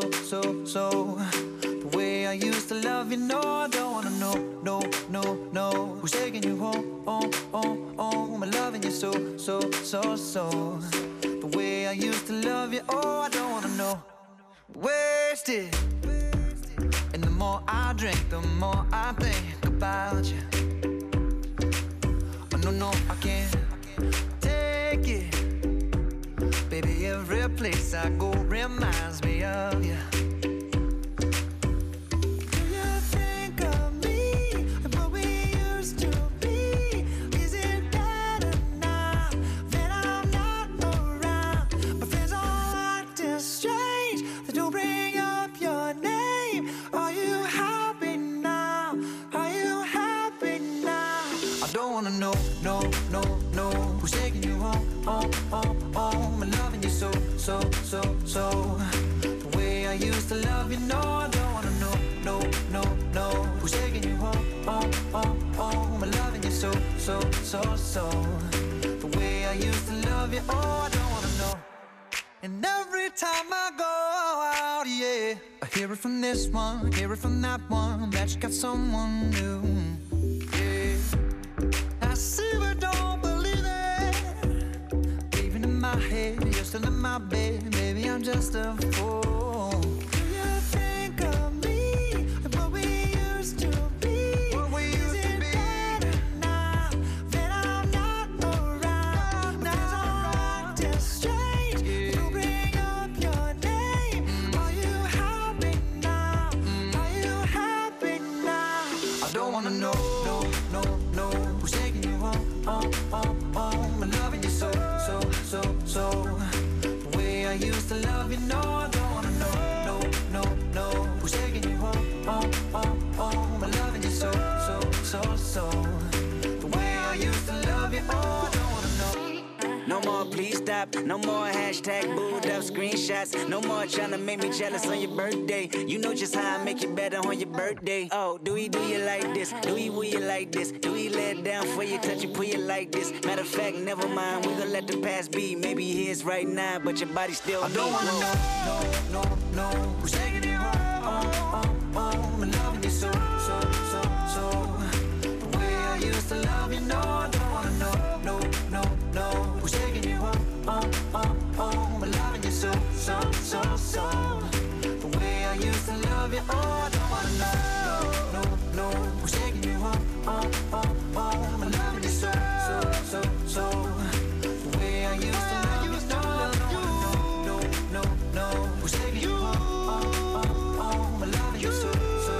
The way I used to love you, no, I don't wanna know, no. Who's taking you home, I'm loving you so. The way I used to love you, oh, I don't wanna know. Wasted, and the more I drink, the more I think about you. Oh, no, I can't take it. Baby, every place I go reminds me of you. No, who's taking you home, I'm loving you so. The way I used to love you, no, I don't wanna know, no. Who's taking you home, I'm loving you so. The way I used to love you, oh, I don't wanna know. And every time I go out, yeah, I hear it from this one, hear it from that one, that you got someone new. I see but don't believe it. Even in my head, you're still in my bed. Maybe I'm just a fool. Do you think of me and what we used to be? Is it better now that I'm not around? Now I'm acting strange. You bring up your name. Are you happy now? Are you happy now? I don't wanna know. Who's taking you home, I'm loving you so. The way I used to love you, no, I don't wanna know. Who's taking you home, I'm loving you so. The way I used to love you, oh, I don't wanna know. No more, please stop. snap. No more hashtag booed up screenshots. No more trying to make me jealous on your birthday. You know just how I make you better on your birthday. Oh, do you like this? Do you like this? Do we let down for you, touch you, pull you like this? Matter of fact, never mind, we gon' let the past be. Maybe here's right now, but your body still I don't wanna know, who's taking it home, I'm loving you so. The way I used to love you, no, I don't wanna know, who's taking you home, I'm loving you so. The way I used to love you, I don't wanna know, who's taking you home, I'm loving you so. The way I used to love you, no, who's taking you home, I'm loving you so.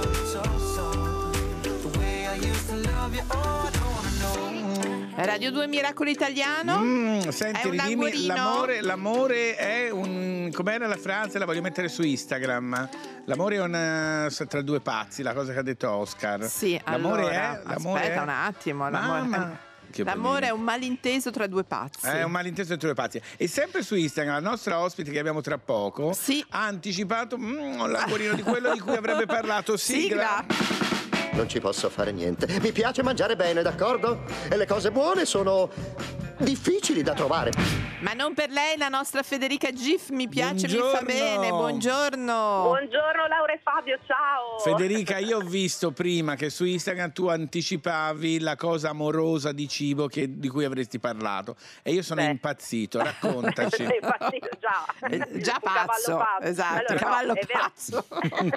The way I used to love you, I don't wanna know. Radio 2 Miracolo Italiano. Senti, dimmi, l'amore è un... com'era la frase? La voglio mettere su Instagram. L'amore è tra due pazzi, la cosa che ha detto Oscar. Sì, l'amore allora, aspetta un attimo. L'amore è un malinteso tra due pazzi. È un malinteso tra due pazzi. E sempre su Instagram la nostra ospite che abbiamo tra poco ha anticipato l'angolino di quello di cui avrebbe parlato. Sigla. Non ci posso fare niente. Mi piace mangiare bene, d'accordo? E le cose buone sono difficili da trovare. Ma non per lei, la nostra Federica Gif mi piace, mi fa bene. Buongiorno. Buongiorno Laura e Fabio, ciao. Federica, io ho visto prima che su Instagram tu anticipavi la cosa amorosa di cibo di cui avresti parlato e io sono impazzito, raccontaci. Sei impazzito già pazzo. Esatto, allora, cavallo pazzo.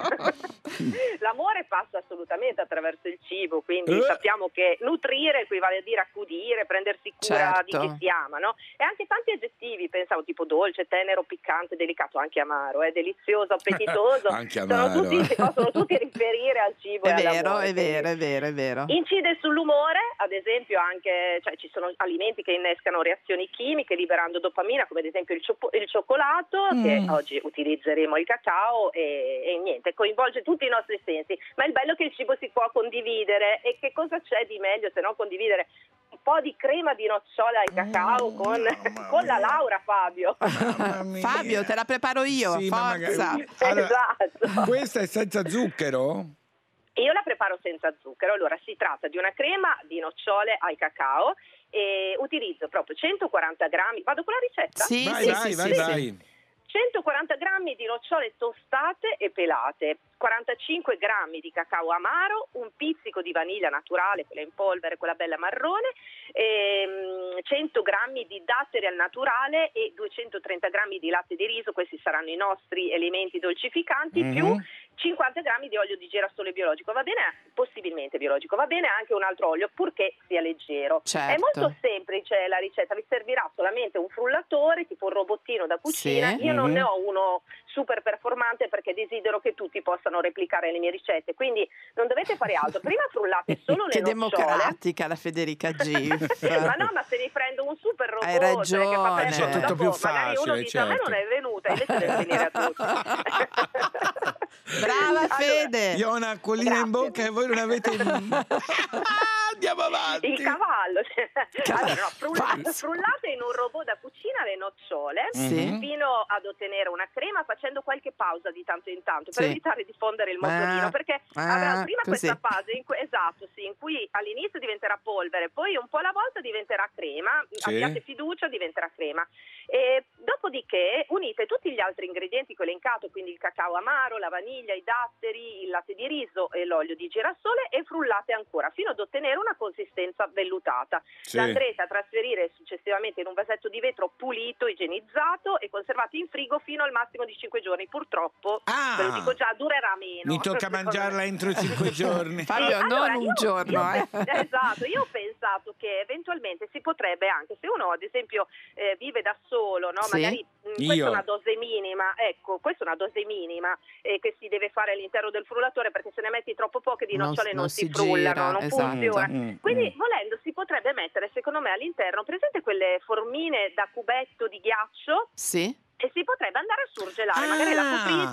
L'amore passa assolutamente attraverso il cibo, quindi sappiamo che nutrire equivale a dire accudire, prendersi cura di chi si ama, no? E anche tanti aggettivi, pensavo tipo dolce, tenero, piccante, delicato, anche amaro, delizioso, appetitoso, anche amaro. Si possono tutti riferire al cibo e all'amore. È vero. Incide sull'umore, ad esempio anche, cioè ci sono alimenti che innescano reazioni chimiche liberando dopamina, come ad esempio il cioccolato, che oggi utilizzeremo il cacao e niente, coinvolge tutti i nostri sensi, ma il bello è che il cibo si può condividere e che cosa c'è di meglio se non condividere un po' di crema di nocciola al cacao con la Laura, Fabio. Fabio, te la preparo io, sì, forza. Allora, esatto. Questa è senza zucchero? Io la preparo senza zucchero. Allora, si tratta di una crema di nocciole al cacao e utilizzo proprio 140 grammi. Vado con la ricetta? Sì, vai. 140 grammi di nocciole tostate e pelate, 45 grammi di cacao amaro, un pizzico di vaniglia naturale, quella in polvere, quella bella marrone, 100 grammi di datteri al naturale e 230 grammi di latte di riso, questi saranno i nostri elementi dolcificanti, più 50 grammi di olio di girasole biologico, va bene? Possibilmente biologico, va bene anche un altro olio, purché sia leggero. Certo. È molto semplice la ricetta, vi servirà solamente un frullatore, tipo un robottino da cucina. Io non ne ho uno super performante perché desidero che tutti possano replicare le mie ricette, quindi non dovete fare altro. Prima frullate solo le che nocciole. democratica la Federica Gif. Ma no, ma se mi prendo un super robot, hai ragione, che fa è tutto dopo, più facile, magari uno dice a me non è venuta, invece deve venire a tutti. Brava Fede. Io ho una acquolina in bocca e voi non avete. Andiamo avanti. Il cavallo. Allora, frullate in un robot da cucina le nocciole fino ad ottenere una crema, facendo qualche pausa di tanto in tanto per evitare di fondere il motorino, perché avrà prima questa fase in cui all'inizio diventerà polvere, poi un po' alla volta diventerà crema, abbiate fiducia, diventerà crema. E dopodiché unite tutti gli altri ingredienti che ho elencato, quindi il cacao amaro, la vaniglia, i datteri, il latte di riso e l'olio di girasole, e frullate ancora fino ad ottenere una consistenza vellutata. La andrete a trasferire successivamente in un vasetto di vetro pulito, igienizzato e conservato in frigo fino al massimo di 5 giorni. Purtroppo, ve lo dico già, durerà meno. Mi tocca mangiarla entro 5 giorni. Fabio, non un giorno. Esatto, io ho pensato che eventualmente si potrebbe anche, se uno ad esempio vive da solo, no? Magari questa è una dose minima, questa è una dose minima che si deve fare all'interno del frullatore, perché se ne metti troppo poche di nocciole non si frullano, non funziona. Quindi volendo si potrebbe mettere, secondo me, all'interno, presente quelle formine da cubetto di ghiaccio? Sì. E si potrebbe andare a surgelare, magari la coprite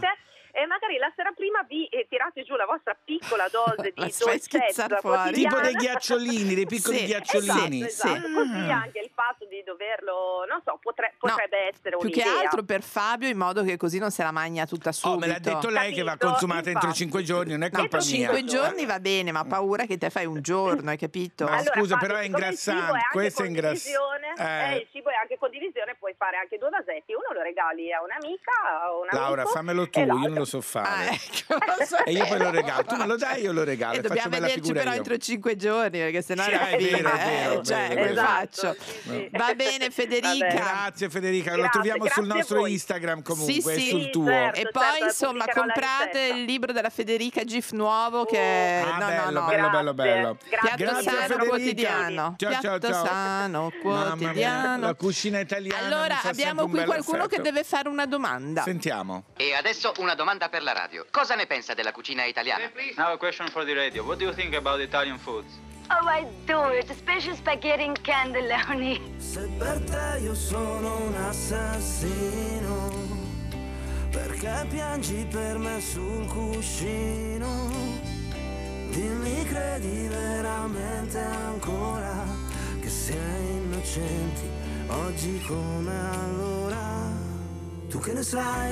e magari la sera prima vi tirate giù la vostra piccola dose di dolcezza quotidiana. Tipo dei ghiacciolini, dei piccoli ghiacciolini. Esatto. Così anche il fatto di doverlo, non so, potrebbe essere un'idea. Più che altro per Fabio, in modo che così non se la magna tutta subito. Me l'ha detto lei che va consumata entro 5 giorni, non è colpa mia. 5 giorni va bene, ma paura che te fai un giorno, hai capito? Ma allora, scusa, Fabio, però è ingrassante, questo è ingrassante. Il cibo è anche condivisione, puoi fare anche 2 vasetti, uno lo regali a un'amica o un amico. Laura, fammelo tu, io non lo so fare. E io poi lo regalo, tu me lo dai, io lo regalo. E dobbiamo vederci però entro 5 giorni, perché sennò è vero, come faccio? Sì. Va bene, Federica. Grazie Federica, lo troviamo sul nostro Instagram comunque, sì, sul tuo. Certo, e poi insomma comprate il libro della Federica GIF nuovo che bello. Piatto sano quotidiano. Ciao. Sano quotidiano. La cucina italiana. Allora abbiamo qui qualcuno che deve fare una domanda. Sentiamo. E adesso una domanda per la radio. Cosa ne pensa della cucina italiana? Now a question for the radio. What do you think about Italian foods? Oh, I do it, especially spaghetti and cannelloni. Se per te io sono un assassino, perché piangi per me sul cuscino? Dimmi, credi veramente ancora che siamo innocenti, oggi come allora? Tu che ne sai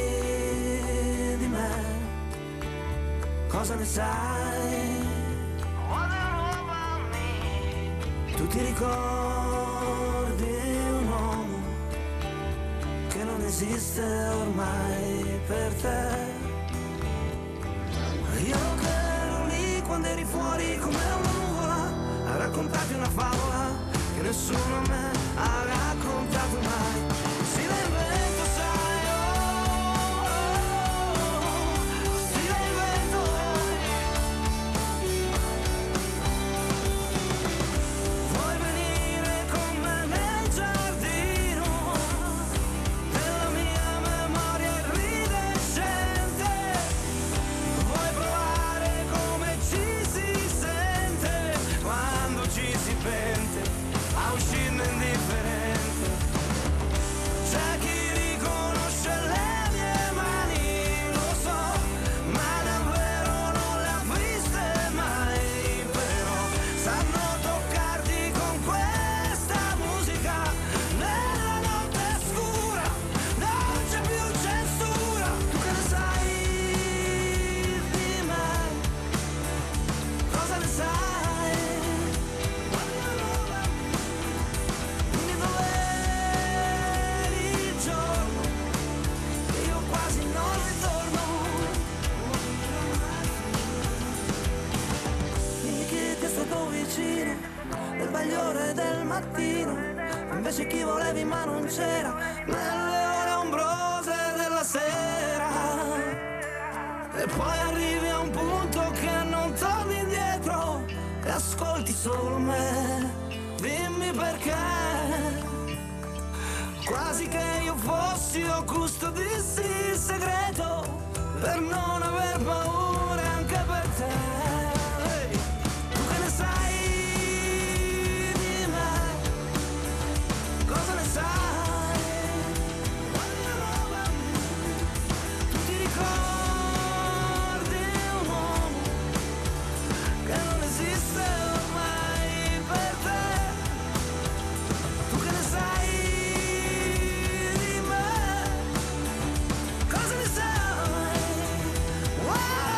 di me? Cosa ne sai? Tu ti ricordi un uomo che non esiste ormai per te? Io che ero lì quando eri fuori come una nuvola a raccontarti una favola che nessuno a me ha raccontato mai. Si la invento, sai, si la invento. Vuoi venire con me nel giardino della mia memoria iridescente? Vuoi provare come ci si sente quando ci si pente a uscirne indifferente? C'è chi riconosce le mie mani, lo so, ma davvero non le ha viste mai. Però sanno toccarti con questa musica nella notte scura, non c'è più censura. Tu che ne sai di me? Cosa ne sai? Dimmi dov'eri il giorno che io quasi non ritorno. Dimmi chi ti è stato vicino nel bagliore del mattino, invece chi volevi ma non c'era nelle ore ombrose della sera. E poi arrivi a un punto che non torni indietro e ascolti solo me. Dimmi perché, quasi che io fossi o custodissi il segreto per non aver paura anche per te. Ehi, tu che ne sai di me? Cosa ne sai? Tu ti ricordi un uomo che non esiste ormai per te? Tu che ne sai di me? Cosa ne sai? Wow!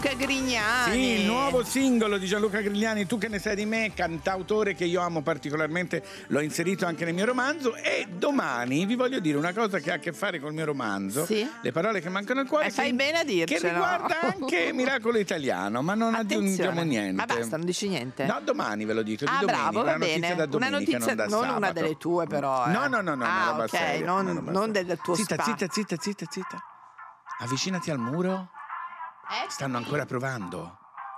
Gianluca Grignani. Sì, il nuovo singolo di Gianluca Grignani, Tu che ne sai di me, cantautore che io amo particolarmente, l'ho inserito anche nel mio romanzo. E domani vi voglio dire una cosa che ha a che fare col mio romanzo, sì? Le parole che mancano al cuore, fai bene a dircelo, che riguarda anche Miracolo Italiano, ma non aggiungiamo niente. Ma basta, non dici niente? No, domani ve lo dico, di domenica, bravo, va una notizia bene. da domenica, una notizia, non da non sabato. Una delle tue però. No, una roba ok, seria, non del tuo zitta, spa. Zitta. Avvicinati al muro. Stanno ancora provando.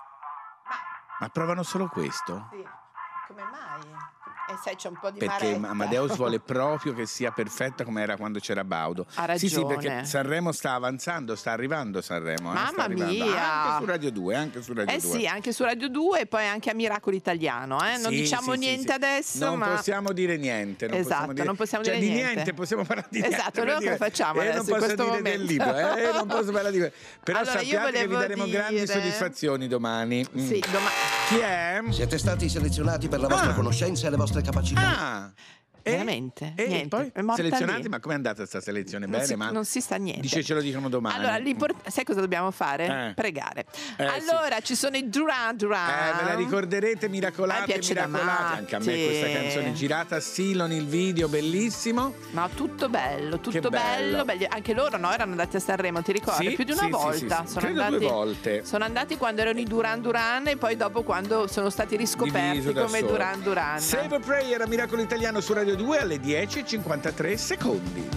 Ma provano solo questo? Sì. Come mai? Sai, c'è un po' di perché maretta. Amadeus vuole proprio che sia perfetta come era quando c'era Baudo. Ha ragione. Sì, perché Sanremo sta avanzando, sta arrivando Sanremo. Mamma mia! Anche su Radio 2, sì, anche su Radio 2 e poi anche a Miracolo Italiano. Non diciamo niente adesso, non possiamo dire niente. Non possiamo dire di niente. Possiamo parlare di niente. Esatto, noi cosa facciamo adesso non posso in questo dire momento? del libro, non posso parlare di questo. Però allora, sappiate che vi daremo grandi soddisfazioni domani. Sì, domani. Chi è? Siete stati selezionati per la vostra conoscenza e le vostre capacità. Veramente? Niente. Poi è morta selezionati, lì. ma com'è andata questa selezione? Bene, ma non si sa niente. Dice ce lo dicono domani. Allora, sai cosa dobbiamo fare? Pregare. Allora, ci sono i Duran Duran. Ve la ricorderete, miracolate, piace miracolate. Anche a me questa canzone girata a Silon, il video bellissimo. Ma tutto bello, tutto bello. Anche loro erano andati a Sanremo, ti ricordi? Più di una volta. Sì. Sono andati 2 volte. Sono andati quando erano i Duran Duran e poi dopo quando sono stati riscoperti come Duran Duran. Save a Prayer a Miracolo Italiano su Radio 2 alle 10:53 secondi.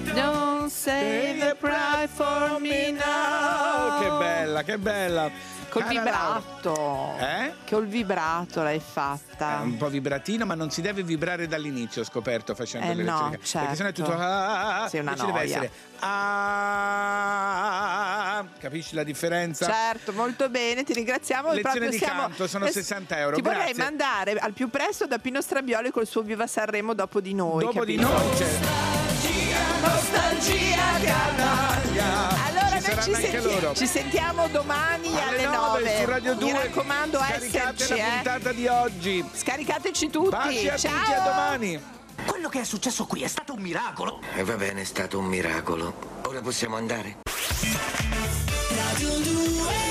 Save a prayer for me now. Che bella. Col vibrato. Col vibrato l'hai fatta. Un po' vibratino, ma non si deve vibrare dall'inizio, ho scoperto facendo le lezioni. Certo. Perché sennò è tutto Sì, una noia. Deve essere capisci la differenza? Certo, molto bene, ti ringraziamo. Lezione di canto, sono 60 euro. Ti vorrei grazie. mandare al più presto da Pino Strabioli col suo Viva Sanremo dopo di noi. Dopo capito? di noi c'è. Nostalgia canaglia. Allora ci sentiamo domani alle 9 su Radio 2. Mi raccomando, scaricate esserci, la puntata di oggi. Scaricateci tutti. Baci a Ciao. tutti, a domani. Quello che è successo qui è stato un miracolo. E va bene, è stato un miracolo. Ora possiamo andare. Radio 2